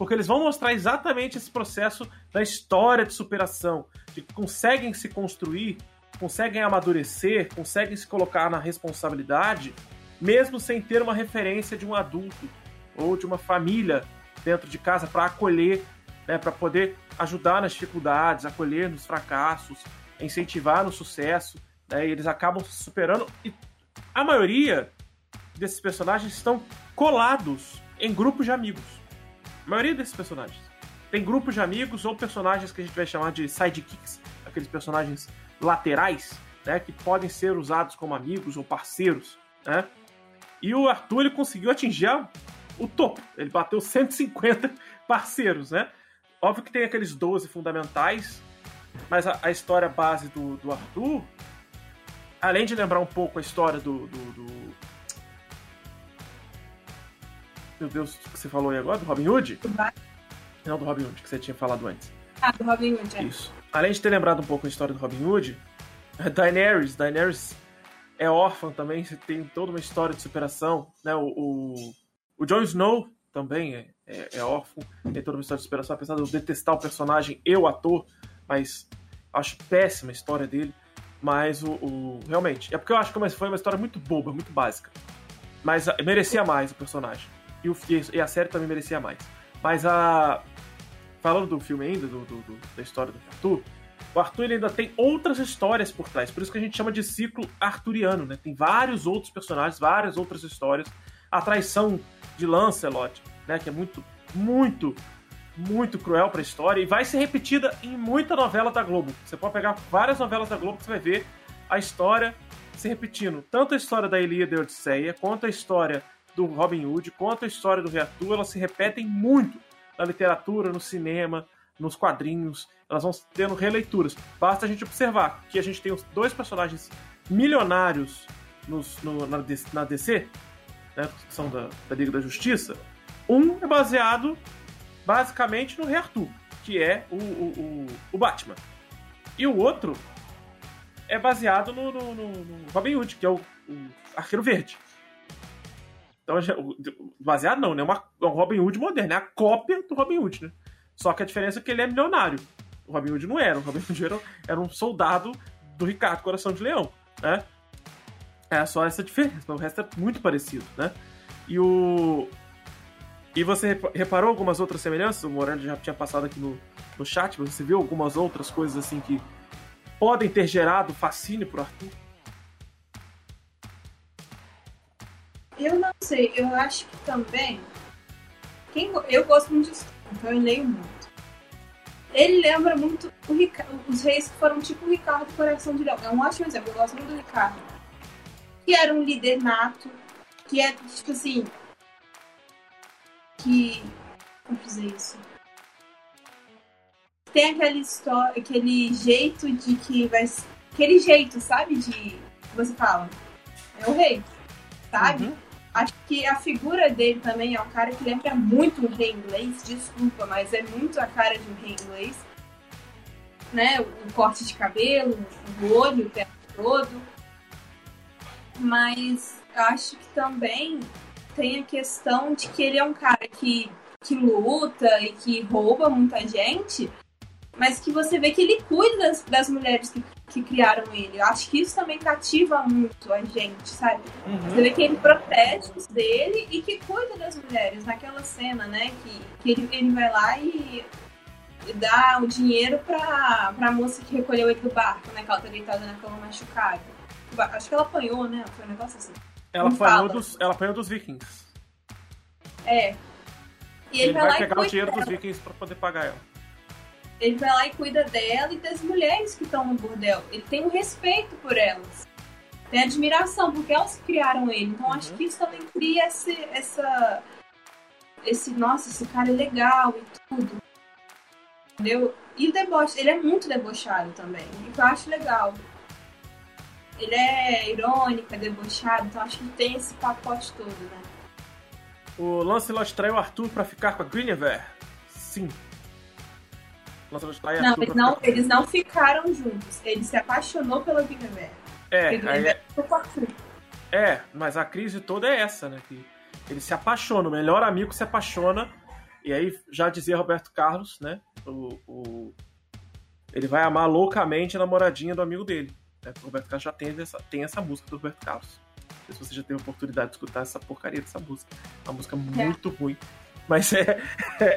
porque eles vão mostrar exatamente esse processo da história de superação, de que conseguem se construir, conseguem amadurecer, conseguem se colocar na responsabilidade, mesmo sem ter uma referência de um adulto ou de uma família dentro de casa para acolher, né, para poder ajudar nas dificuldades, acolher nos fracassos, incentivar no sucesso, né, e eles acabam se superando. E a maioria desses personagens estão colados em grupos de amigos. A maioria desses personagens. Tem grupos de amigos ou personagens que a gente vai chamar de sidekicks, aqueles personagens laterais, né, que podem ser usados como amigos ou parceiros, né? E o Arthur, ele conseguiu atingir o topo. Ele bateu cento e cinquenta parceiros, né? Óbvio que tem aqueles doze fundamentais, mas a, a história base do, do Arthur, além de lembrar um pouco a história do, do, do... Meu Deus, o que você falou aí agora? Do Robin Hood? Não, do Robin Hood, que você tinha falado antes.
Ah, do Robin Hood, é.
Isso. Além de ter lembrado um pouco a história do Robin Hood, a Daenerys, Daenerys é órfã também, tem toda uma história de superação, né? O, o, o Jon Snow também é, é, é órfão, tem toda uma história de superação, apesar de eu detestar o personagem e o ator, mas acho péssima a história dele. Mas o, o realmente, é porque eu acho que foi uma história muito boba, muito básica. Mas a, merecia mais o personagem. E, o, e a série também merecia mais. Mas a... Falando do filme ainda, do, do, do, da história do Arthur, o Arthur ele ainda tem outras histórias por trás. Por isso que a gente chama de ciclo arturiano, né? Tem vários outros personagens, várias outras histórias. A traição de Lancelot, né? Que é muito, muito, muito cruel pra história. E vai ser repetida em muita novela da Globo. Você pode pegar várias novelas da Globo que você vai ver a história se repetindo. Tanto a história da Ilíada e a Odisseia, quanto a história do Robin Hood, quanto a história do Rei Arthur, elas se repetem muito na literatura, no cinema, nos quadrinhos. Elas vão tendo releituras. Basta a gente observar que a gente tem os dois personagens milionários nos, no, na, na D C, né, que são da, da Liga da Justiça. Um é baseado basicamente no Rei Arthur, que é o, o, o, o Batman. E o outro é baseado no, no, no, no Robin Hood, que é o, o Arqueiro Verde. Então, baseado não, né? Uma, é um Robin Hood moderno, é a cópia do Robin Hood, né? Só que a diferença é que ele é milionário. O Robin Hood não era. O Robin Hood era, era um soldado do Ricardo Coração de Leão, né? É só essa diferença. O resto é muito parecido, né? E o... E você reparou algumas outras semelhanças? O Morelli já tinha passado aqui no, no chat. Você viu algumas outras coisas assim que podem ter gerado fascínio pro Arthur?
Eu não sei. Eu acho que também... Quem... Eu gosto muito de história, então eu leio muito. Ele lembra muito o Ricardo, os reis que foram tipo o Ricardo Coração de Leão. É um ótimo exemplo. Eu gosto muito do Ricardo. Que era um líder nato. Que é, tipo assim... Que... Como dizer isso? Tem aquela história, aquele jeito de que vai... Aquele jeito, sabe? De... Você fala. É o rei. Sabe? Uhum. Acho que a figura dele também é um cara que lembra muito um rei inglês. Desculpa, mas é muito a cara de um rei inglês. Né? O, o corte de cabelo, o olho, o tempo todo. Mas eu acho que também tem a questão de que ele é um cara que, que luta e que rouba muita gente, mas que você vê que ele cuida das, das mulheres que, que criaram ele. Eu acho que isso também cativa muito a gente, sabe? Uhum. Você vê que ele protege os dele e que cuida das mulheres. Naquela cena, né? Que, que ele, ele vai lá e dá o dinheiro pra, pra moça que recolheu ele do barco, né? Que ela tá deitada na cama machucada. Acho que ela apanhou, né? Foi um negócio assim.
Ela apanhou, dos, ela apanhou dos vikings.
É. E ele,
ele
vai,
vai
lá
pegar
e
o dinheiro
dela.
dos vikings pra poder pagar ela.
Ele vai lá e cuida dela e das mulheres que estão no bordel. Ele tem um respeito por elas. Tem admiração, porque elas criaram ele. Então uhum. acho que isso também cria esse, essa... Esse, nossa, esse cara é legal e tudo. Entendeu? E o deboche, ele é muito debochado também. E eu acho legal. Ele é irônico, é debochado, então acho que tem esse pacote todo, né?
O Lancelot traiu o Arthur pra ficar com a Guinevere? Sim.
Lancelot traiu não, Arthur eles não, eles não ficaram juntos. Ele se apaixonou pela Guinevere.
É, aí é... é, mas a crise toda é essa, né? Que ele se apaixona, o melhor amigo se apaixona E aí, já dizia Roberto Carlos, né? O, o... Ele vai amar loucamente a namoradinha do amigo dele. Né? O Roberto Carlos já tem essa, tem essa música do Roberto Carlos. Não sei se você já teve a oportunidade de escutar essa porcaria dessa música. É uma música muito é. ruim. Mas é... é...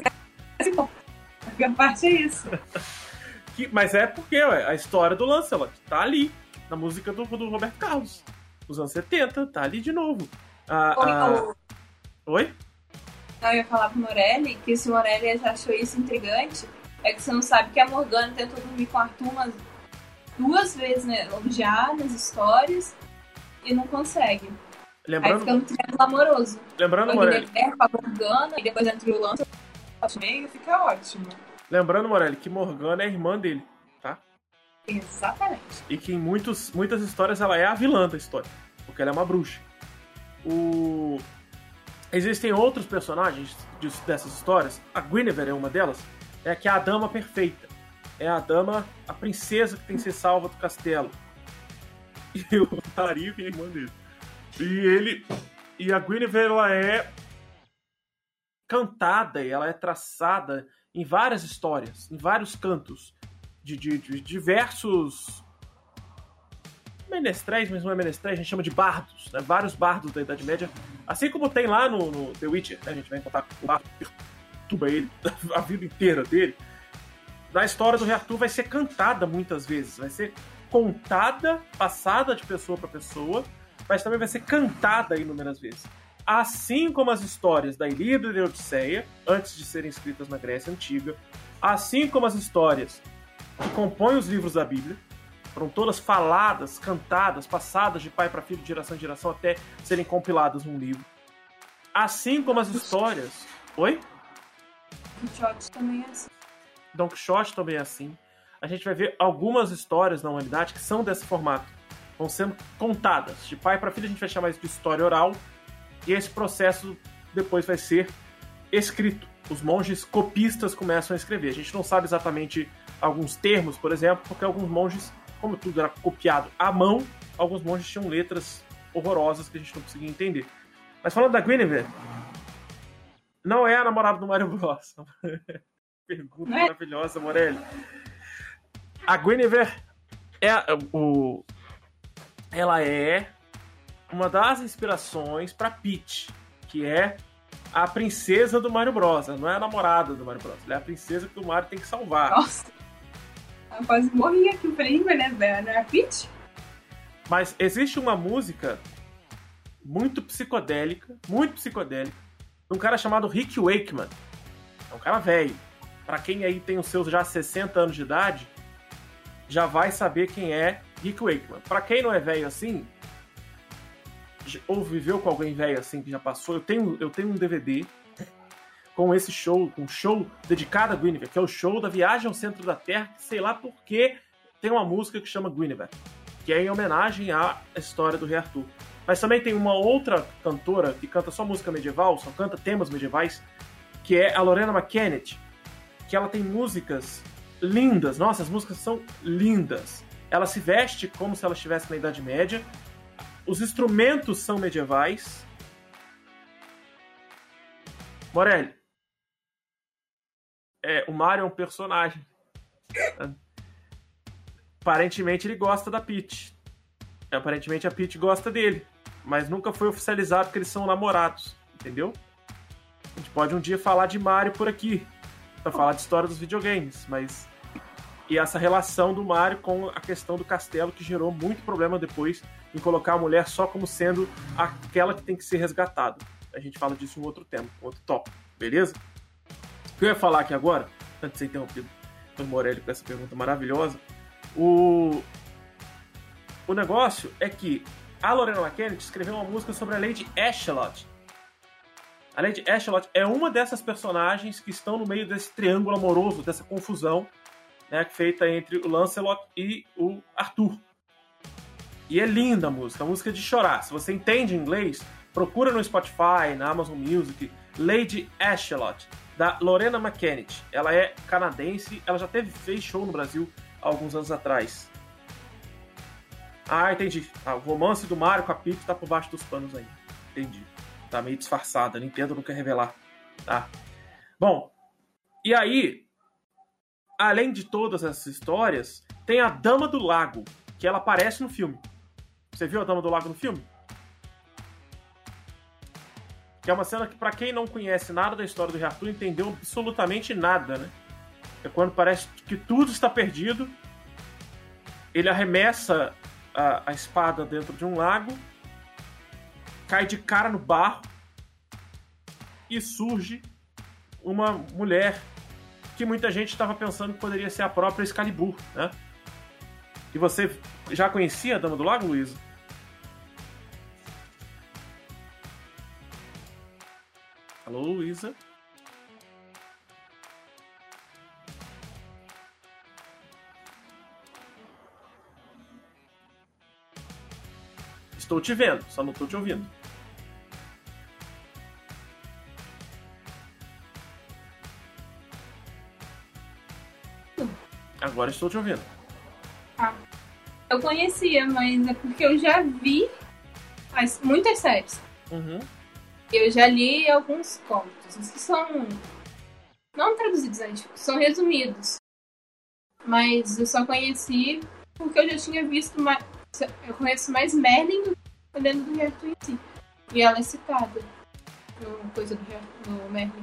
A parte é isso.
que, mas é porque ué, a história do Lancelot tá ali, na música do, do Roberto Carlos. Os anos setenta, tá ali de novo. Ah,
Oi?
ah... Oi?
Não, eu ia falar pro Morelli que se o Morelli achou isso intrigante, é que você não sabe que a Morgana tentou dormir com o Arthur umas duas vezes, né? Já nas histórias e não consegue.
Lembrando...
Aí fica um triângulo amoroso.
Lembrando, Morelli.
Com a Morgana e depois entra o Lancelot. Meio fica ótimo.
Lembrando, Morelli, que Morgana é irmã dele, tá?
Exatamente.
E que em muitos, muitas histórias ela é a vilã da história, porque ela é uma bruxa. O... Existem outros personagens dessas histórias. A Guinevere é uma delas. É que é a dama perfeita. É a dama, a princesa que tem que ser salva do castelo. E o Tariq é a irmã dele. E ele... E a Guinevere, ela é cantada e ela é traçada em várias histórias, em vários cantos, de, de, de diversos menestréis, mas não é menestréis, a gente chama de bardos, né? Vários bardos da Idade Média, assim como tem lá no, no The Witcher, né? A gente vai encontrar o bardo que perturba ele a vida inteira dele. Na história do Rei Arthur vai ser cantada muitas vezes, vai ser contada, passada de pessoa para pessoa, mas também vai ser cantada inúmeras vezes. Assim como as histórias da Ilíada e da Odisseia, antes de serem escritas na Grécia Antiga, assim como as histórias que compõem os livros da Bíblia, foram todas faladas, cantadas, passadas de pai para filho, de geração em geração, até serem compiladas num livro. Assim como as histórias... Oi?
Don Quixote também é assim.
Don Quixote também é assim. A gente vai ver algumas histórias na humanidade que são desse formato. Vão sendo contadas. De pai para filho a gente vai chamar isso de história oral. E esse processo depois vai ser escrito. Os monges copistas começam a escrever. A gente não sabe exatamente alguns termos, por exemplo, porque alguns monges, como tudo era copiado à mão, alguns monges tinham letras horrorosas que a gente não conseguia entender. Mas falando da Guinevere, não é a namorada do Mario Bros. Pergunta é? Maravilhosa, Morelli. A Guinevere é o... ela é uma das inspirações para Peach, que é a princesa do Mario Bros. Ela não é a namorada do Mario Bros. Ela é a princesa que o Mario tem que salvar.
Nossa, eu quase morri aqui, o Primo, né, velho? Não é a Peach?
Mas existe uma música muito psicodélica, muito psicodélica, de um cara chamado Rick Wakeman. É um cara velho. Para quem aí tem os seus já sessenta anos de idade, já vai saber quem é Rick Wakeman. Para quem não é velho assim, ou viveu com alguém velho assim que já passou, eu tenho, eu tenho um D V D com esse show, um show dedicado a Guinevere, que é o show da Viagem ao Centro da Terra, que sei lá porque tem uma música que chama Guinevere, que é em homenagem à história do Rei Arthur. Mas também tem uma outra cantora que canta só música medieval, só canta temas medievais, que é a Lorena McKennitt, que ela tem músicas lindas. Nossa, as músicas são lindas. Ela se veste como se ela estivesse na Idade Média. Os instrumentos são medievais. Morelli, é, o Mario é um personagem. Aparentemente ele gosta da Peach. Aparentemente a Peach gosta dele. Mas nunca foi oficializado que eles são namorados. Entendeu? A gente pode um dia falar de Mario por aqui. Pra falar de história dos videogames. Mas... E essa relação do Mario com a questão do castelo, que gerou muito problema depois em colocar a mulher só como sendo aquela que tem que ser resgatada. A gente fala disso em outro tema, em outro tópico, beleza? O que eu ia falar aqui agora, antes de ser interrompido pelo Morelli com essa pergunta maravilhosa, o... o negócio é que a Lorena McKennitt escreveu uma música sobre a Lady Ashelot. A Lady Ashelot é uma dessas personagens que estão no meio desse triângulo amoroso, dessa confusão, né, feita entre o Lancelot e o Arthur. E é linda a música, a música é de chorar. Se você entende inglês, procura no Spotify, na Amazon Music, Lady Ashelot, da Lorena McKennitt. Ela é canadense, ela já teve, fez show no Brasil há alguns anos atrás. Ah, entendi. Ah, o romance do Mario com a Peach tá por baixo dos panos ainda. Entendi. Tá meio disfarçada, a Nintendo não quer revelar. Tá. Bom, e aí, além de todas essas histórias, tem a Dama do Lago, que ela aparece no filme. Você viu a Dama do Lago no filme? Que é uma cena que, pra quem não conhece nada da história do Rei Arthur, entendeu absolutamente nada, né? É quando parece que tudo está perdido, ele arremessa a, a espada dentro de um lago, cai de cara no barro e surge uma mulher que muita gente estava pensando que poderia ser a própria Excalibur, né? E você já conhecia a Dama do Lago, Luísa? Alô, Luísa? Estou te vendo, só não estou te ouvindo. Agora estou te ouvindo.
Ah, eu conhecia, mas é porque eu já vi as, muitas séries.
Uhum.
Eu já li alguns contos. Os que são não traduzidos, né? Tipo, são resumidos. Mas eu só conheci porque eu já tinha visto mais. Eu conheço mais Merlin do que dentro do Rei Arthur em si. E ela é citada no coisa do, Rei, do Merlin.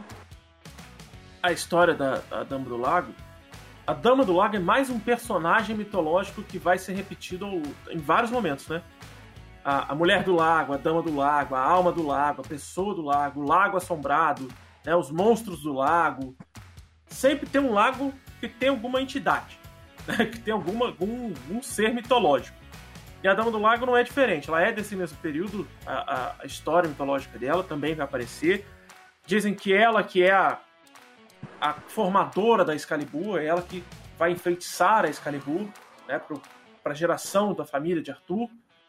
A história da, da Dama do Lago. A Dama do Lago é mais um personagem mitológico que vai ser repetido em vários momentos, né? A, a Mulher do Lago, a Dama do Lago, a Alma do Lago, a Pessoa do Lago, o Lago Assombrado, né? Os Monstros do Lago. Sempre tem um lago que tem alguma entidade, né? Que tem alguma, algum, algum ser mitológico. E a Dama do Lago não é diferente. Ela é desse mesmo período. A, a, a história mitológica dela também vai aparecer. Dizem que ela que é a a formadora da Excalibur, é ela que vai enfeitiçar a Excalibur, né, para a geração da família de Arthur.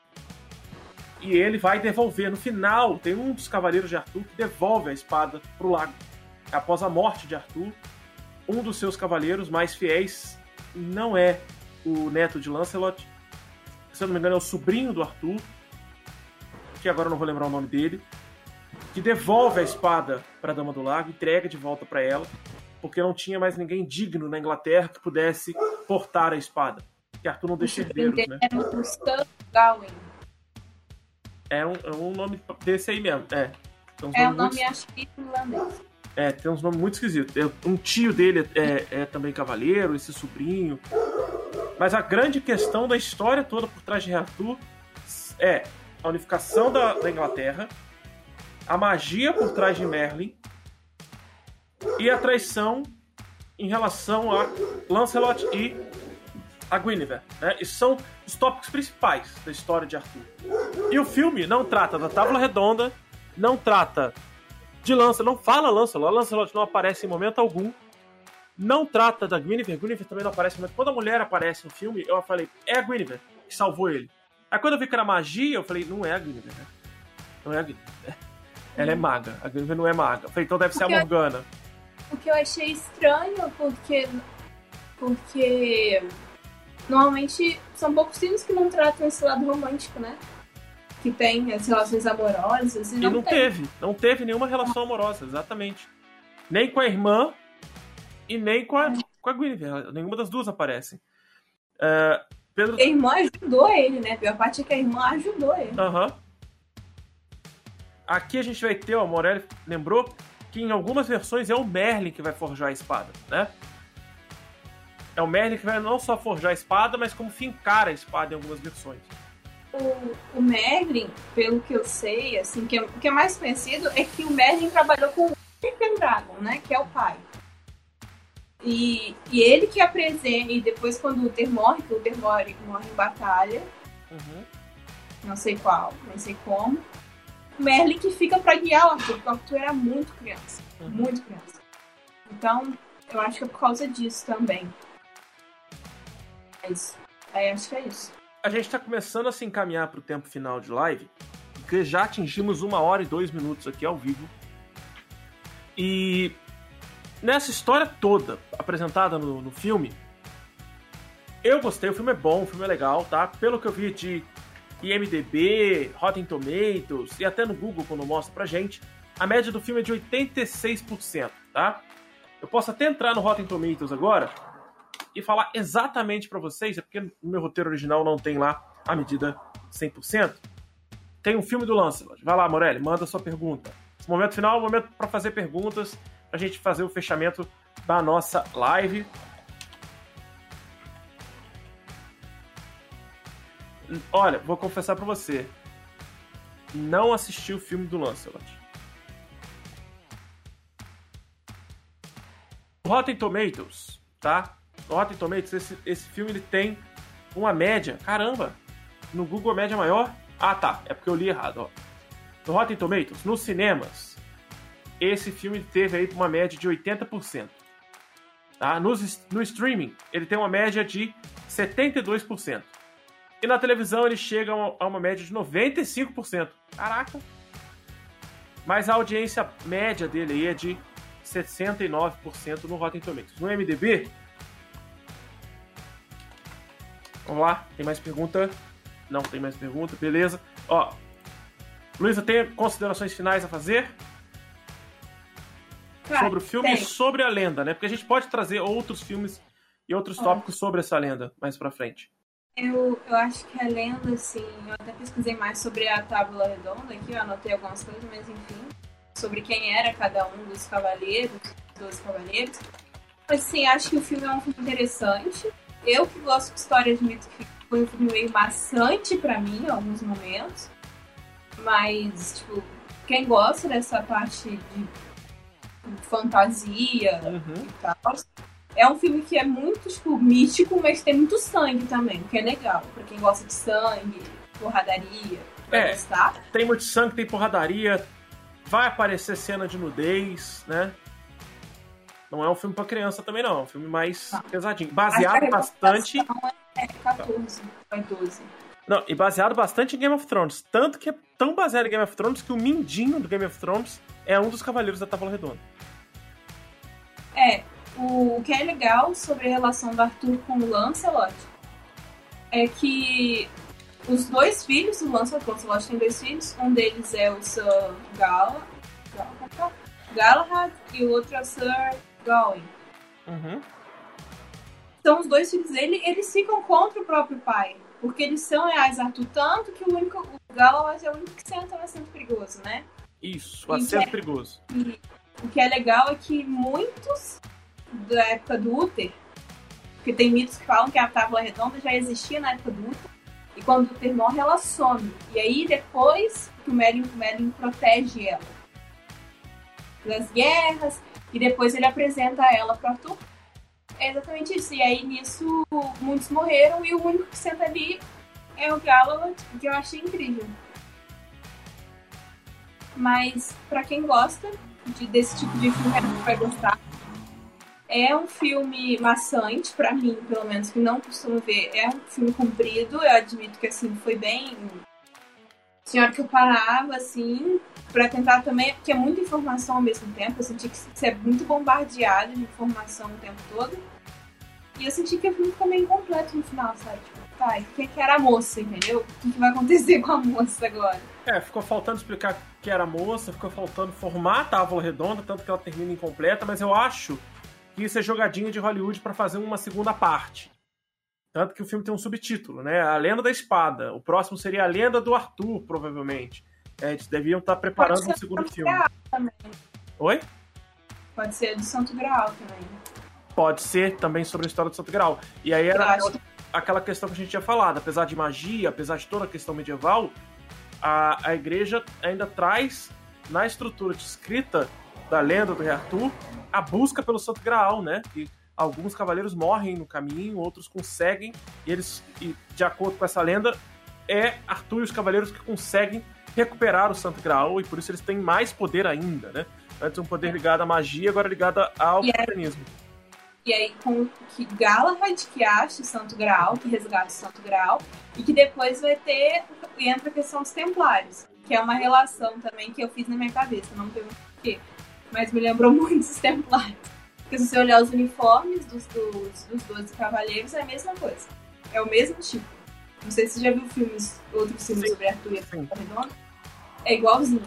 E ele vai devolver. No final, tem um dos cavaleiros de Arthur que devolve a espada para o lago. Após a morte de Arthur, um dos seus cavaleiros mais fiéis não é o neto de Lancelot, se eu não me engano é o sobrinho do Arthur, que agora eu não vou lembrar o nome dele, que devolve a espada para a Dama do Lago, entrega de volta para ela, porque não tinha mais ninguém digno na Inglaterra que pudesse portar a espada. Que Arthur não deixa herdeiros, né?
Era o Stan Gawain.
É um, é um nome desse aí mesmo, é.
É um nome, acho que, irlandês.
É, tem uns nomes muito esquisitos. Um tio dele é, é também cavaleiro, esse sobrinho. Mas a grande questão da história toda por trás de Arthur é a unificação da, da Inglaterra, a magia por trás de Merlin e a traição em relação a Lancelot e a Guinevere, né? Esses são os tópicos principais da história de Arthur. E o filme não trata da Tábua Redonda, não trata de Lancelot, não fala Lancelot, Lancelot não aparece em momento algum, não trata da Guinevere, Guinevere também não aparece em momento. Quando a mulher aparece no filme, eu falei, é a Guinevere que salvou ele. Aí quando eu vi que era magia, eu falei, não é a Guinevere, né? Não é a Guinevere. Ela é maga, a Guinevere não é maga. Eu falei, então deve ser a Morgana.
O que eu achei estranho, porque porque normalmente são poucos filmes que não tratam esse lado romântico, né? Que tem as relações amorosas e não,
e não
tem.
teve, não teve nenhuma relação amorosa, exatamente. Nem com a irmã e nem com a, com a Guinevere, nenhuma das duas aparece. Uh, Pedro...
A irmã ajudou ele, né? A pior parte é que a irmã ajudou ele.
Aham. Uhum. Aqui a gente vai ter, ó, o Morelli lembrou que em algumas versões é o Merlin que vai forjar a espada, né? É o Merlin que vai não só forjar a espada, mas como fincar a espada em algumas versões.
O, o Merlin, pelo que eu sei, assim, que é, o que é mais conhecido é que o Merlin trabalhou com o Pendragon, né? Que é o pai. E, e ele que apresenta, e depois quando o Uther morre, que o Uther morre, morre em batalha,
uhum.
Não sei qual, nem sei como, o Merlin que fica pra guiar o Arthur, porque o Arthur era muito criança, uhum. muito criança. Então, eu acho que é por causa disso também. É isso. É, acho que é isso.
A gente tá começando a se encaminhar pro tempo final de live, porque já atingimos uma hora e dois minutos aqui ao vivo. E nessa história toda apresentada no, no filme, eu gostei, o filme é bom, o filme é legal, tá? Pelo que eu vi de I M D B, Rotten Tomatoes e até no Google quando mostra pra gente, a média do filme é de oitenta e seis por cento, tá? Eu posso até entrar no Rotten Tomatoes agora e falar exatamente pra vocês, é porque no meu roteiro original não tem lá a medida cem por cento. Tem um filme do Lancelot. Vai lá, Morelli, manda a sua pergunta. Esse momento final é o momento pra fazer perguntas, pra gente fazer o fechamento da nossa live. Olha, vou confessar pra você. Não assisti o filme do Lancelot. Rotten Tomatoes, tá? No Rotten Tomatoes, esse, esse filme ele tem uma média. Caramba! No Google a média é maior? Ah, tá. É porque eu li errado, ó. No Rotten Tomatoes, nos cinemas, esse filme teve aí uma média de oitenta por cento. Tá? No, no streaming, ele tem uma média de setenta e dois por cento. E na televisão ele chega a uma, a uma média de noventa e cinco por cento. Caraca! Mas a audiência média dele aí é de sessenta e nove por cento no Rotten Tomatoes. No I M D B... Vamos lá, tem mais pergunta? Não tem mais pergunta, beleza. Ó, Luísa, tem considerações finais a fazer? Cara, sobre o filme tem. E sobre a lenda, né? Porque a gente pode trazer outros filmes e outros tópicos sobre essa lenda mais pra frente.
Eu, eu acho que a lenda, assim, eu até pesquisei mais sobre a Tábua Redonda aqui, eu anotei algumas coisas, mas enfim, sobre quem era cada um dos cavaleiros, dos cavaleiros. Mas, assim, acho que o filme é um filme interessante. Eu que gosto de história, admito que foi um filme meio maçante pra mim em alguns momentos. Mas, tipo, quem gosta dessa parte de fantasia uhum. e tal, é um filme que é muito, tipo, místico, mas tem muito sangue também, o que é legal. Pra quem gosta de sangue, porradaria, vai
é,
gostar.
Tem muito sangue, tem porradaria, vai aparecer cena de nudez, né? Não é um filme pra criança também, não. É um filme mais ah. pesadinho. Baseado bastante...
É quatorze, é doze.
Não, e baseado bastante em Game of Thrones. Tanto que é tão baseado em Game of Thrones que o Mindinho do Game of Thrones é um dos cavaleiros da Távola Redonda.
É, o que é legal sobre a relação do Arthur com o Lancelot é que os dois filhos do Lancelot, o Lancelot tem dois filhos, um deles é o Sir Gal... Gal... Galahad e o outro é o Sir Gawain.
Uhum.
Então os dois filhos dele, eles ficam contra o próprio pai, porque eles são leais a Arthur, tanto que o único, o Galahad é o único que senta no assento perigoso, né?
Isso, o assento é, perigoso.
E, o que é legal é que muitos da época do Uther, porque tem mitos que falam que a Tábua Redonda já existia na época do Uther, e quando o Uther morre, ela some. E aí depois que o Merlin, o Merlin protege ela das guerras, e depois ele apresenta ela para Arthur. É exatamente isso. E aí, nisso, muitos morreram, e o único que senta ali é o Galahad, que eu achei incrível. Mas, pra quem gosta de, desse tipo de filme, vai gostar. É um filme maçante, pra mim, pelo menos, que não costumo ver. É um filme comprido, eu admito que, assim, foi bem... Senhora que eu parava, assim, pra tentar também, porque é muita informação ao mesmo tempo, eu senti que você é muito bombardeado de informação o tempo todo, e eu senti que o filme ficou meio incompleto no final, sabe? Tipo, tá, o que era a moça, entendeu? O que vai acontecer com a moça agora?
É, ficou faltando explicar que era a moça, ficou faltando formar a Távola Redonda, tanto que ela termina incompleta, mas eu acho que isso é jogadinha de Hollywood pra fazer uma segunda parte. Tanto que o filme tem um subtítulo, né? A Lenda da Espada. O próximo seria A Lenda do Arthur, provavelmente. É, eles deviam estar preparando um segundo filme.
Também.
Oi?
Pode ser do Santo Graal também.
Pode ser também sobre a história do Santo Graal. E aí era
acho...
aquela, aquela questão que a gente tinha falado. Apesar de magia, apesar de toda a questão medieval, a, a igreja ainda traz, na estrutura de escrita da lenda do Rei Arthur, a busca pelo Santo Graal, né? Que alguns cavaleiros morrem no caminho, outros conseguem, e eles, e, de acordo com essa lenda, é Arthur e os cavaleiros que conseguem recuperar o Santo Graal, e por isso eles têm mais poder ainda, né? Antes um poder ligado à magia, agora ligado ao cristianismo.
E aí, com que Galahad que acha o Santo Graal, que resgata o Santo Graal, e que depois vai ter, entra a questão dos Templários, que é uma relação também que eu fiz na minha cabeça, não pergunto por quê, mas me lembrou muito dos Templários. Porque se você olhar os uniformes dos, dos, dos doze cavaleiros, é a mesma coisa. É o mesmo tipo. Não sei se você já viu filmes, outros filmes Sim. sobre Arthur e a Tábua Redonda. É igualzinho.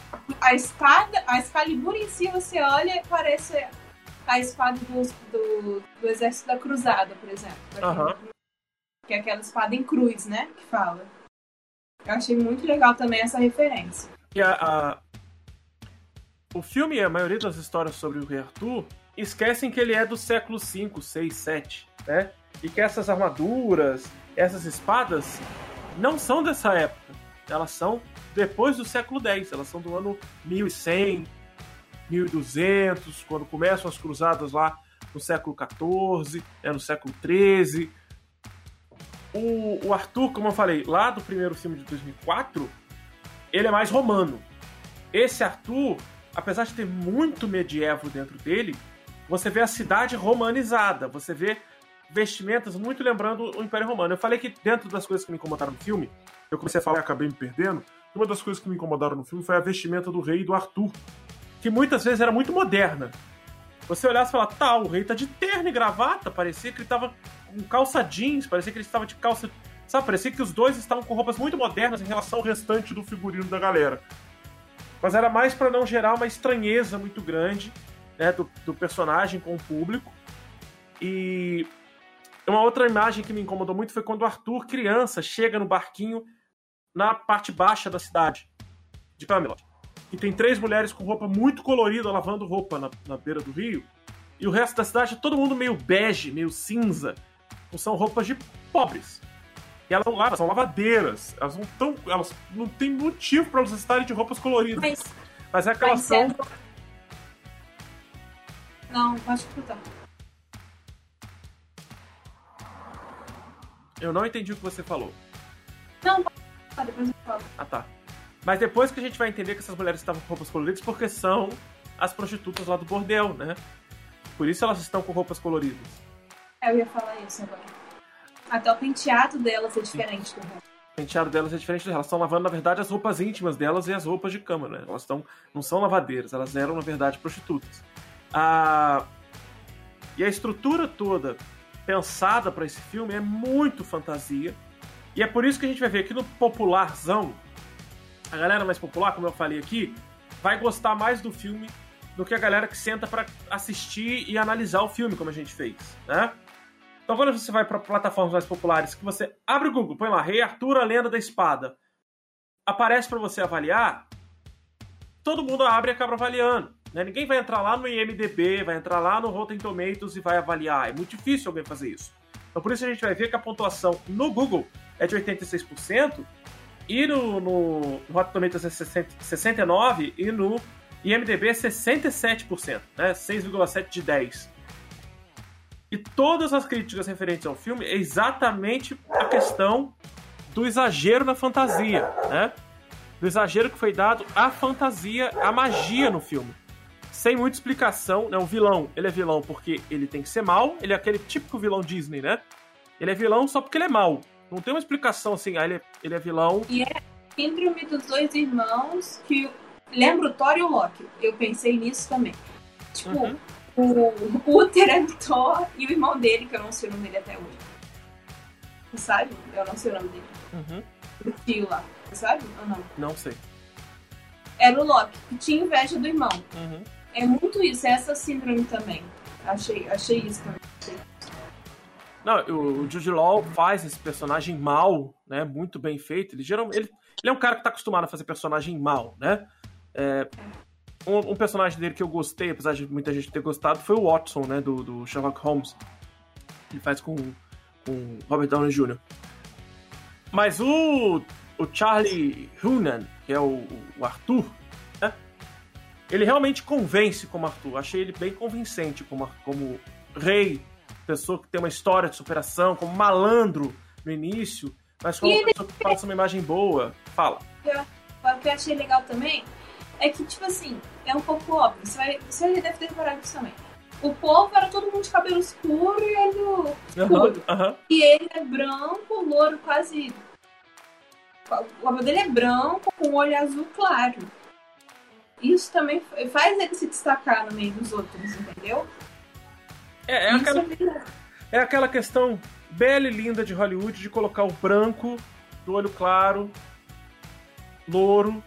a espada, a Excalibur em si, você olha e parece a espada do, do, do Exército da Cruzada, por exemplo.
Uhum.
Que é aquela espada em cruz, né? Que fala. Eu achei muito legal também essa referência.
E a, a... O filme e a maioria das histórias sobre o Rei Arthur esquecem que ele é do século cinco, seis, sete, né? E que essas armaduras, essas espadas, não são dessa época. Elas são depois do século dez. Elas são do ano mil e cem, mil e duzentos, quando começam as cruzadas lá no século quatorze, é no século treze. O, o Arthur, como eu falei, lá do primeiro filme de dois mil e quatro, ele é mais romano. Esse Arthur, apesar de ter muito medievo dentro dele, você vê a cidade romanizada, você vê vestimentas muito lembrando o Império Romano. Eu falei que dentro das coisas que me incomodaram no filme, eu comecei a falar e acabei me perdendo, uma das coisas que me incomodaram no filme foi a vestimenta do rei e do Arthur, que muitas vezes era muito moderna. Você olhasse e falava, tá, o rei tá de terno e gravata, parecia que ele tava com calça jeans, parecia que ele estava de calça... Sabe, parecia que os dois estavam com roupas muito modernas em relação ao restante do figurino da galera. Mas era mais para não gerar uma estranheza muito grande, né, do, do personagem com o público. E uma outra imagem que me incomodou muito foi quando o Arthur, criança, chega no barquinho na parte baixa da cidade de Camelot. E tem três mulheres com roupa muito colorida lavando roupa na, na beira do rio. E o resto da cidade é todo mundo meio bege, meio cinza. São roupas de pobres. E elas são, são lavadeiras. Elas não tão, elas não tem motivo para elas estarem de roupas coloridas. Mas, mas é que elas são... É...
Não, pode escutar.
Eu não entendi o que você falou.
Não, depois eu falo.
Ah, tá. Mas depois que a gente vai entender que essas mulheres estavam com roupas coloridas, porque são as prostitutas lá do bordel, né? Por isso elas estão com roupas coloridas.
Eu ia falar isso agora. Até o penteado delas é diferente do resto.
O penteado delas é diferente do resto. Elas estão lavando, na verdade, as roupas íntimas delas e as roupas de cama, né? Elas estão, não são lavadeiras, elas eram, na verdade, prostitutas. A... E a estrutura toda pensada para esse filme é muito fantasia. E é por isso que a gente vai ver aqui no popularzão, a galera mais popular, como eu falei aqui, vai gostar mais do filme do que a galera que senta para assistir e analisar o filme, como a gente fez, né? Então quando você vai para plataformas mais populares, que você abre o Google, põe lá, Rei Arthur, a Lenda da Espada, aparece para você avaliar, todo mundo abre e acaba avaliando, né? Ninguém vai entrar lá no I M D B, vai entrar lá no Rotten Tomatoes e vai avaliar. É muito difícil alguém fazer isso. Então por isso a gente vai ver que a pontuação no Google é de oitenta e seis por cento e no, no, no Rotten Tomatoes é sessenta e nove por cento e no I M D B é sessenta e sete por cento, né? seis vírgula sete de dez. E todas as críticas referentes ao filme é exatamente a questão do exagero na fantasia, né? Do exagero que foi dado à fantasia, à magia no filme. Sem muita explicação, né? O vilão, ele é vilão porque ele tem que ser mau, ele é aquele típico vilão Disney, né? Ele é vilão só porque ele é mau. Não tem uma explicação assim, ah, ele é, ele é vilão...
E é síndrome dos dois irmãos que... Lembra o Thor e o Loki? Eu pensei nisso também. Tipo, uhum. o Uther é do Thor e o irmão dele, que eu não sei o nome dele até hoje. Você sabe? Eu não sei o nome dele.
Uhum.
O tio lá. Você sabe ou não?
Não sei.
Era o Loki, que tinha inveja do irmão.
Uhum.
É muito isso, é essa síndrome também. Achei, achei isso também. Achei.
Não, o, o Jude Law faz esse personagem mal, né? Muito bem feito. Ele, geralmente, ele, ele é um cara que tá acostumado a fazer personagem mal, né? É, um, um personagem dele que eu gostei, apesar de muita gente ter gostado, foi o Watson, né? Do, do Sherlock Holmes. Ele faz com, com Robert Downey Júnior Mas o, o Charlie Hunnam, que é o, o Arthur, né? Ele realmente convence como Arthur. Achei ele bem convincente como, como rei, pessoa que tem uma história de superação, como malandro no início, mas como uma pessoa que passa uma imagem boa. Fala.
O que eu achei legal também é que, tipo assim, é um pouco óbvio. Você, vai, você deve ter reparado isso também. O povo era todo mundo de cabelo escuro e ele escuro.
Uhum, uhum.
E ele é branco, louro, quase... O cabelo dele é branco, com um olho azul claro. Isso também faz ele se destacar no meio dos outros, entendeu?
É, é, aquela, é aquela questão bela e linda de Hollywood de colocar o branco, do olho claro, louro,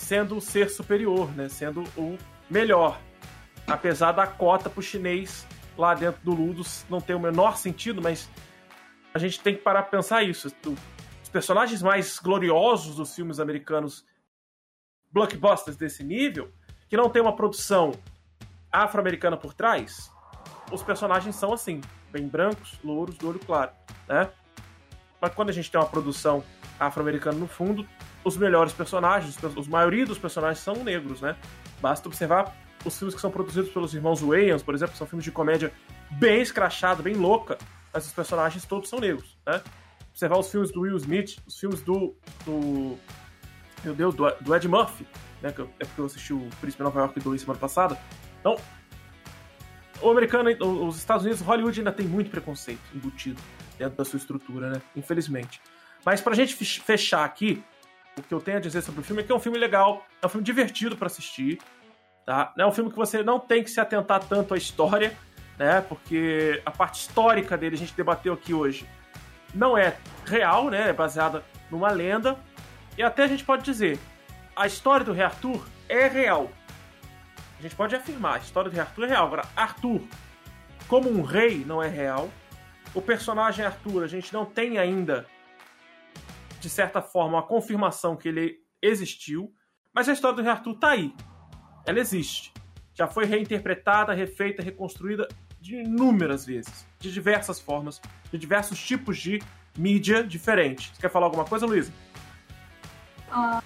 sendo o ser superior, né? Sendo o melhor. Apesar da cota pro chinês lá dentro do Ludus não ter o menor sentido, mas a gente tem que parar pra pensar isso. Os personagens mais gloriosos dos filmes americanos, blockbusters desse nível, que não tem uma produção afro-americana por trás, os personagens são assim, bem brancos, louros, do olho claro, né? Mas quando a gente tem uma produção afro-americana no fundo, os melhores personagens, os maioria dos personagens são negros, né? Basta observar os filmes que são produzidos pelos irmãos Wayans, por exemplo, são filmes de comédia bem escrachado, bem louca, mas os personagens todos são negros, né? Observar os filmes do Will Smith, os filmes do... do meu Deus, do, do Ed Murphy, né? Que eu, é porque eu assisti o Príncipe de Nova York dois semana passada. Então, o americano, os Estados Unidos, Hollywood ainda tem muito preconceito embutido dentro da sua estrutura, né? Infelizmente. Mas pra gente fechar aqui, o que eu tenho a dizer sobre o filme é que é um filme legal, é um filme divertido pra assistir, tá? É um filme que você não tem que se atentar tanto à história, né? Porque a parte histórica dele, a gente debateu aqui hoje, não é real, né? É baseada numa lenda. E até a gente pode dizer, a história do Rei Arthur é real. A gente pode afirmar, a história do Rei Arthur é real. Agora, Arthur, como um rei, não é real. O personagem Arthur, a gente não tem ainda, de certa forma, uma confirmação que ele existiu. Mas a história do Rei Arthur tá aí. Ela existe. Já foi reinterpretada, refeita, reconstruída de inúmeras vezes. De diversas formas, de diversos tipos de mídia diferentes. Você quer falar alguma coisa, Luísa?
Ah,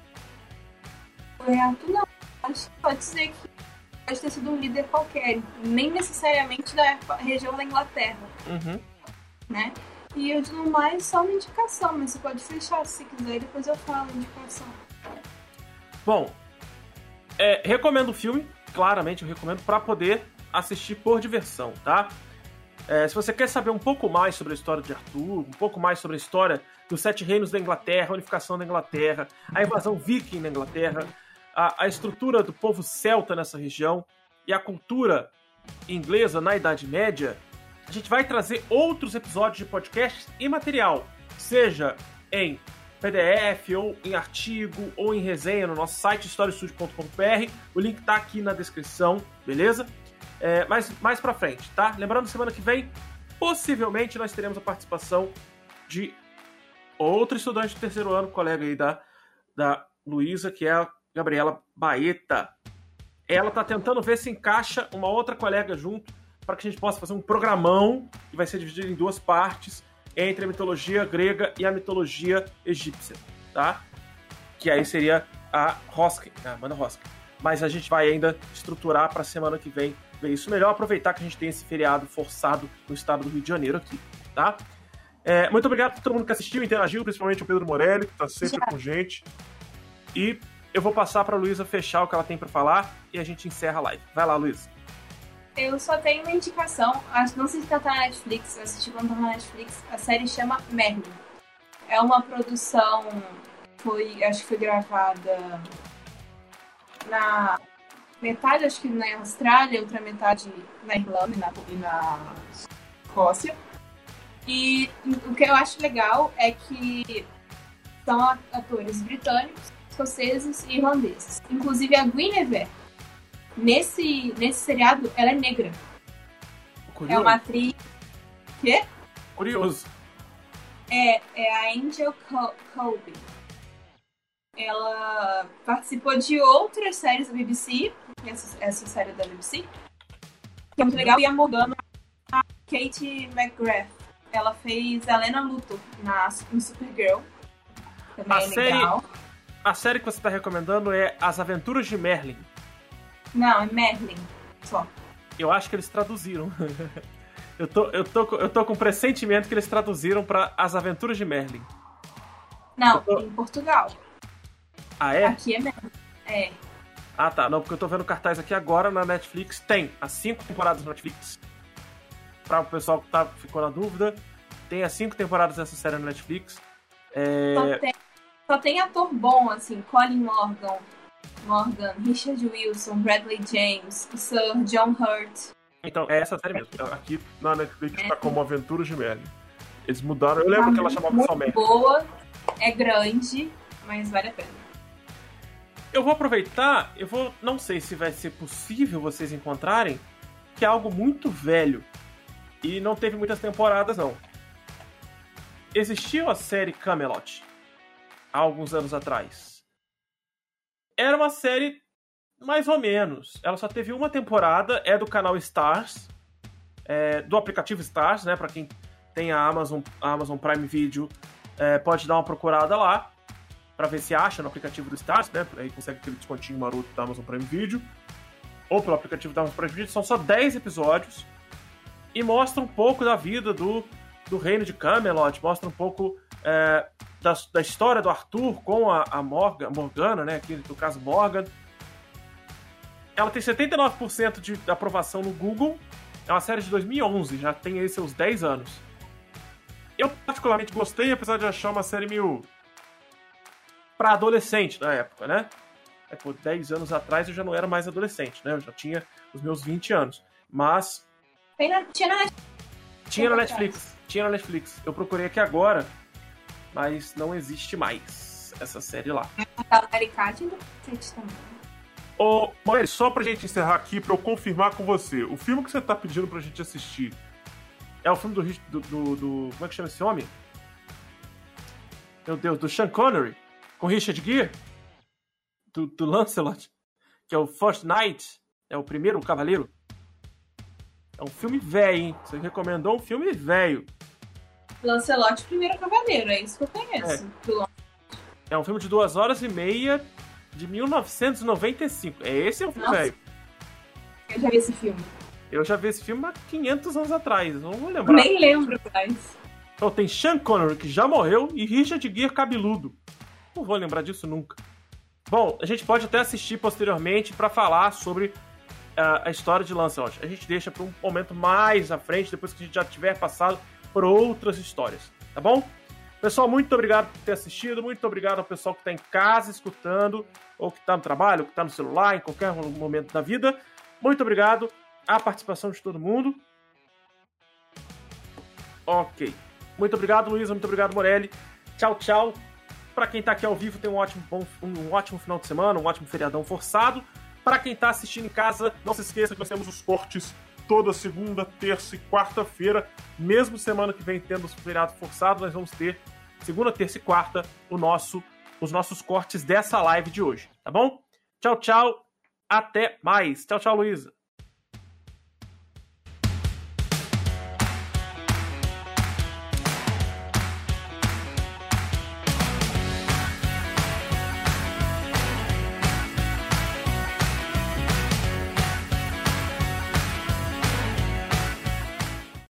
o Rei Arthur não. Acho que pode dizer que pode ter sido um líder qualquer, nem necessariamente da região da Inglaterra,
Uhum.
né? E eu digo mais só uma indicação, mas você pode fechar se quiser, depois eu falo a indicação.
Bom, é, recomendo o filme, claramente eu recomendo, para poder assistir por diversão, tá? É, se você quer saber um pouco mais sobre a história de Arthur, um pouco mais sobre a história dos Sete Reinos da Inglaterra, a unificação da Inglaterra, a invasão viking da Inglaterra, a, a estrutura do povo celta nessa região e a cultura inglesa na Idade Média, a gente vai trazer outros episódios de podcast e material, seja em P D F, ou em artigo, ou em resenha no nosso site história studio ponto com ponto b r. O link tá aqui na descrição, beleza? É, mas mais pra frente, tá? Lembrando, semana que vem, possivelmente nós teremos a participação de outro estudante do terceiro ano, colega aí da, da Luísa, que é a Gabriela Baeta. Ela tá tentando ver se encaixa uma outra colega junto para que a gente possa fazer um programão que vai ser dividido em duas partes entre a mitologia grega e a mitologia egípcia, tá? Que aí seria a Hoskin, a Amanda Hoskin. Mas a gente vai ainda estruturar para a semana que vem ver isso melhor, aproveitar que a gente tem esse feriado forçado no estado do Rio de Janeiro aqui, tá? É, muito obrigado a todo mundo que assistiu e interagiu, principalmente o Pedro Morelli, que está sempre Já. com gente. E eu vou passar para a Luísa fechar o que ela tem para falar e a gente encerra a live. Vai lá, Luísa.
Eu só tenho uma indicação, acho, não sei se tá na Netflix, eu assisti quando tá na Netflix, a série chama Merlin. É uma produção, foi, acho que foi gravada na metade, acho que na Austrália, outra metade na Irlanda e na, e na Escócia. E o que eu acho legal é que são atores britânicos, escoceses e irlandeses. Inclusive a Guinevere, nesse, nesse seriado, ela é negra.
Curioso.
É uma atriz... Quê?
Curioso.
É, é a Angel Col- Colby. Ela participou de outras séries da B B C, essa, essa série da B B C, que é muito legal, e a Morgana, a Katie McGrath. Ela fez a Lena Luthor na, em Supergirl. Também
a
é
série,
legal.
A série que você está recomendando é As Aventuras de Merlin.
Não, é Merlin, só.
Eu acho que eles traduziram. eu, tô, eu, tô, eu tô com pressentimento que eles traduziram para As Aventuras de Merlin.
Não,
tô...
em Portugal.
Ah, é?
Aqui é Merlin. É.
Ah, tá. Não, porque eu tô vendo cartaz aqui agora na Netflix. Tem as cinco temporadas na Netflix. Para o pessoal que tá, ficou na dúvida, tem as cinco temporadas dessa série na Netflix. É...
Só, tem, só tem ator bom, assim, Colin Morgan, Morgan, Richard Wilson, Bradley James, o Sir John Hurt.
Então, é essa série mesmo. Aqui na Netflix é. Tá como Aventuras de Merlin. Eles mudaram. Eu lembro tá que ela chamava só Merlin.
Boa, é grande, mas vale a pena.
eu vou aproveitar, eu vou, não sei se vai ser possível vocês encontrarem, que é algo muito velho e não teve muitas temporadas, não. Existiu a série Camelot há alguns anos atrás. Era uma série mais ou menos. Ela só teve uma temporada, é do canal Stars, é, do aplicativo Stars, né? Para quem tem a Amazon, a Amazon Prime Video, é, pode dar uma procurada lá para ver se acha no aplicativo do Stars, né? Aí consegue aquele descontinho maroto da Amazon Prime Video, ou pelo aplicativo da Amazon Prime Video. São só dez episódios e mostra um pouco da vida do, do reino de Camelot, mostra um pouco é, da, da história do Arthur com a, a Morgan, Morgana, né? Aqui no caso Morgan. Ela tem setenta e nove por cento de aprovação no Google. É uma série de dois mil e onze, já tem aí seus dez anos. Eu particularmente gostei, apesar de achar uma série meio pra adolescente na época, né? É, pô, dez anos atrás eu já não era mais adolescente, né? Eu já tinha os meus vinte anos. Mas...
Tem na, tinha na
Tinha na Netflix. Tinha na Netflix. Eu procurei aqui agora, mas não existe mais essa série lá.
A Ericade não existe também.
Ô, Moreira, só pra gente encerrar aqui, pra eu confirmar com você, o filme que você tá pedindo pra gente assistir
é o filme do, do, do, do... Como é que chama esse homem? Meu Deus, do Sean Connery, com Richard Gere, do, do Lancelot, que é o First Knight, é o primeiro cavaleiro. É um filme velho, hein? Você recomendou um filme velho.
Lancelot, primeiro cavaleiro, é isso que eu conheço.
É, é um filme de duas horas e meia, de mil novecentos e noventa e cinco. É esse é um filme velho.
Eu já vi esse filme.
Eu já vi esse filme há quinhentos anos atrás, não vou lembrar.
Nem lembro mais.
Então tem Sean Connery, que já morreu, e Richard Gere cabeludo. Não vou lembrar disso nunca. Bom, a gente pode até assistir posteriormente para falar sobre uh, a história de Lancelot. A gente deixa para um momento mais à frente, depois que a gente já tiver passado por outras histórias, tá bom? Pessoal, muito obrigado por ter assistido, muito obrigado ao pessoal que está em casa escutando, ou que está no trabalho, ou que está no celular, em qualquer momento da vida. Muito obrigado à participação de todo mundo. Ok. Muito obrigado, Luísa, muito obrigado, Morelli. Tchau, tchau. Para quem está aqui ao vivo, tenha um ótimo, bom, um ótimo final de semana, um ótimo feriadão forçado. Para quem está assistindo em casa, não se esqueça que nós temos os cortes toda segunda, terça e quarta-feira. Mesmo semana que vem tendo os feriados forçados, nós vamos ter segunda, terça e quarta o nosso, os nossos cortes dessa live de hoje, tá bom? Tchau, tchau. Até mais. Tchau, tchau, Luísa.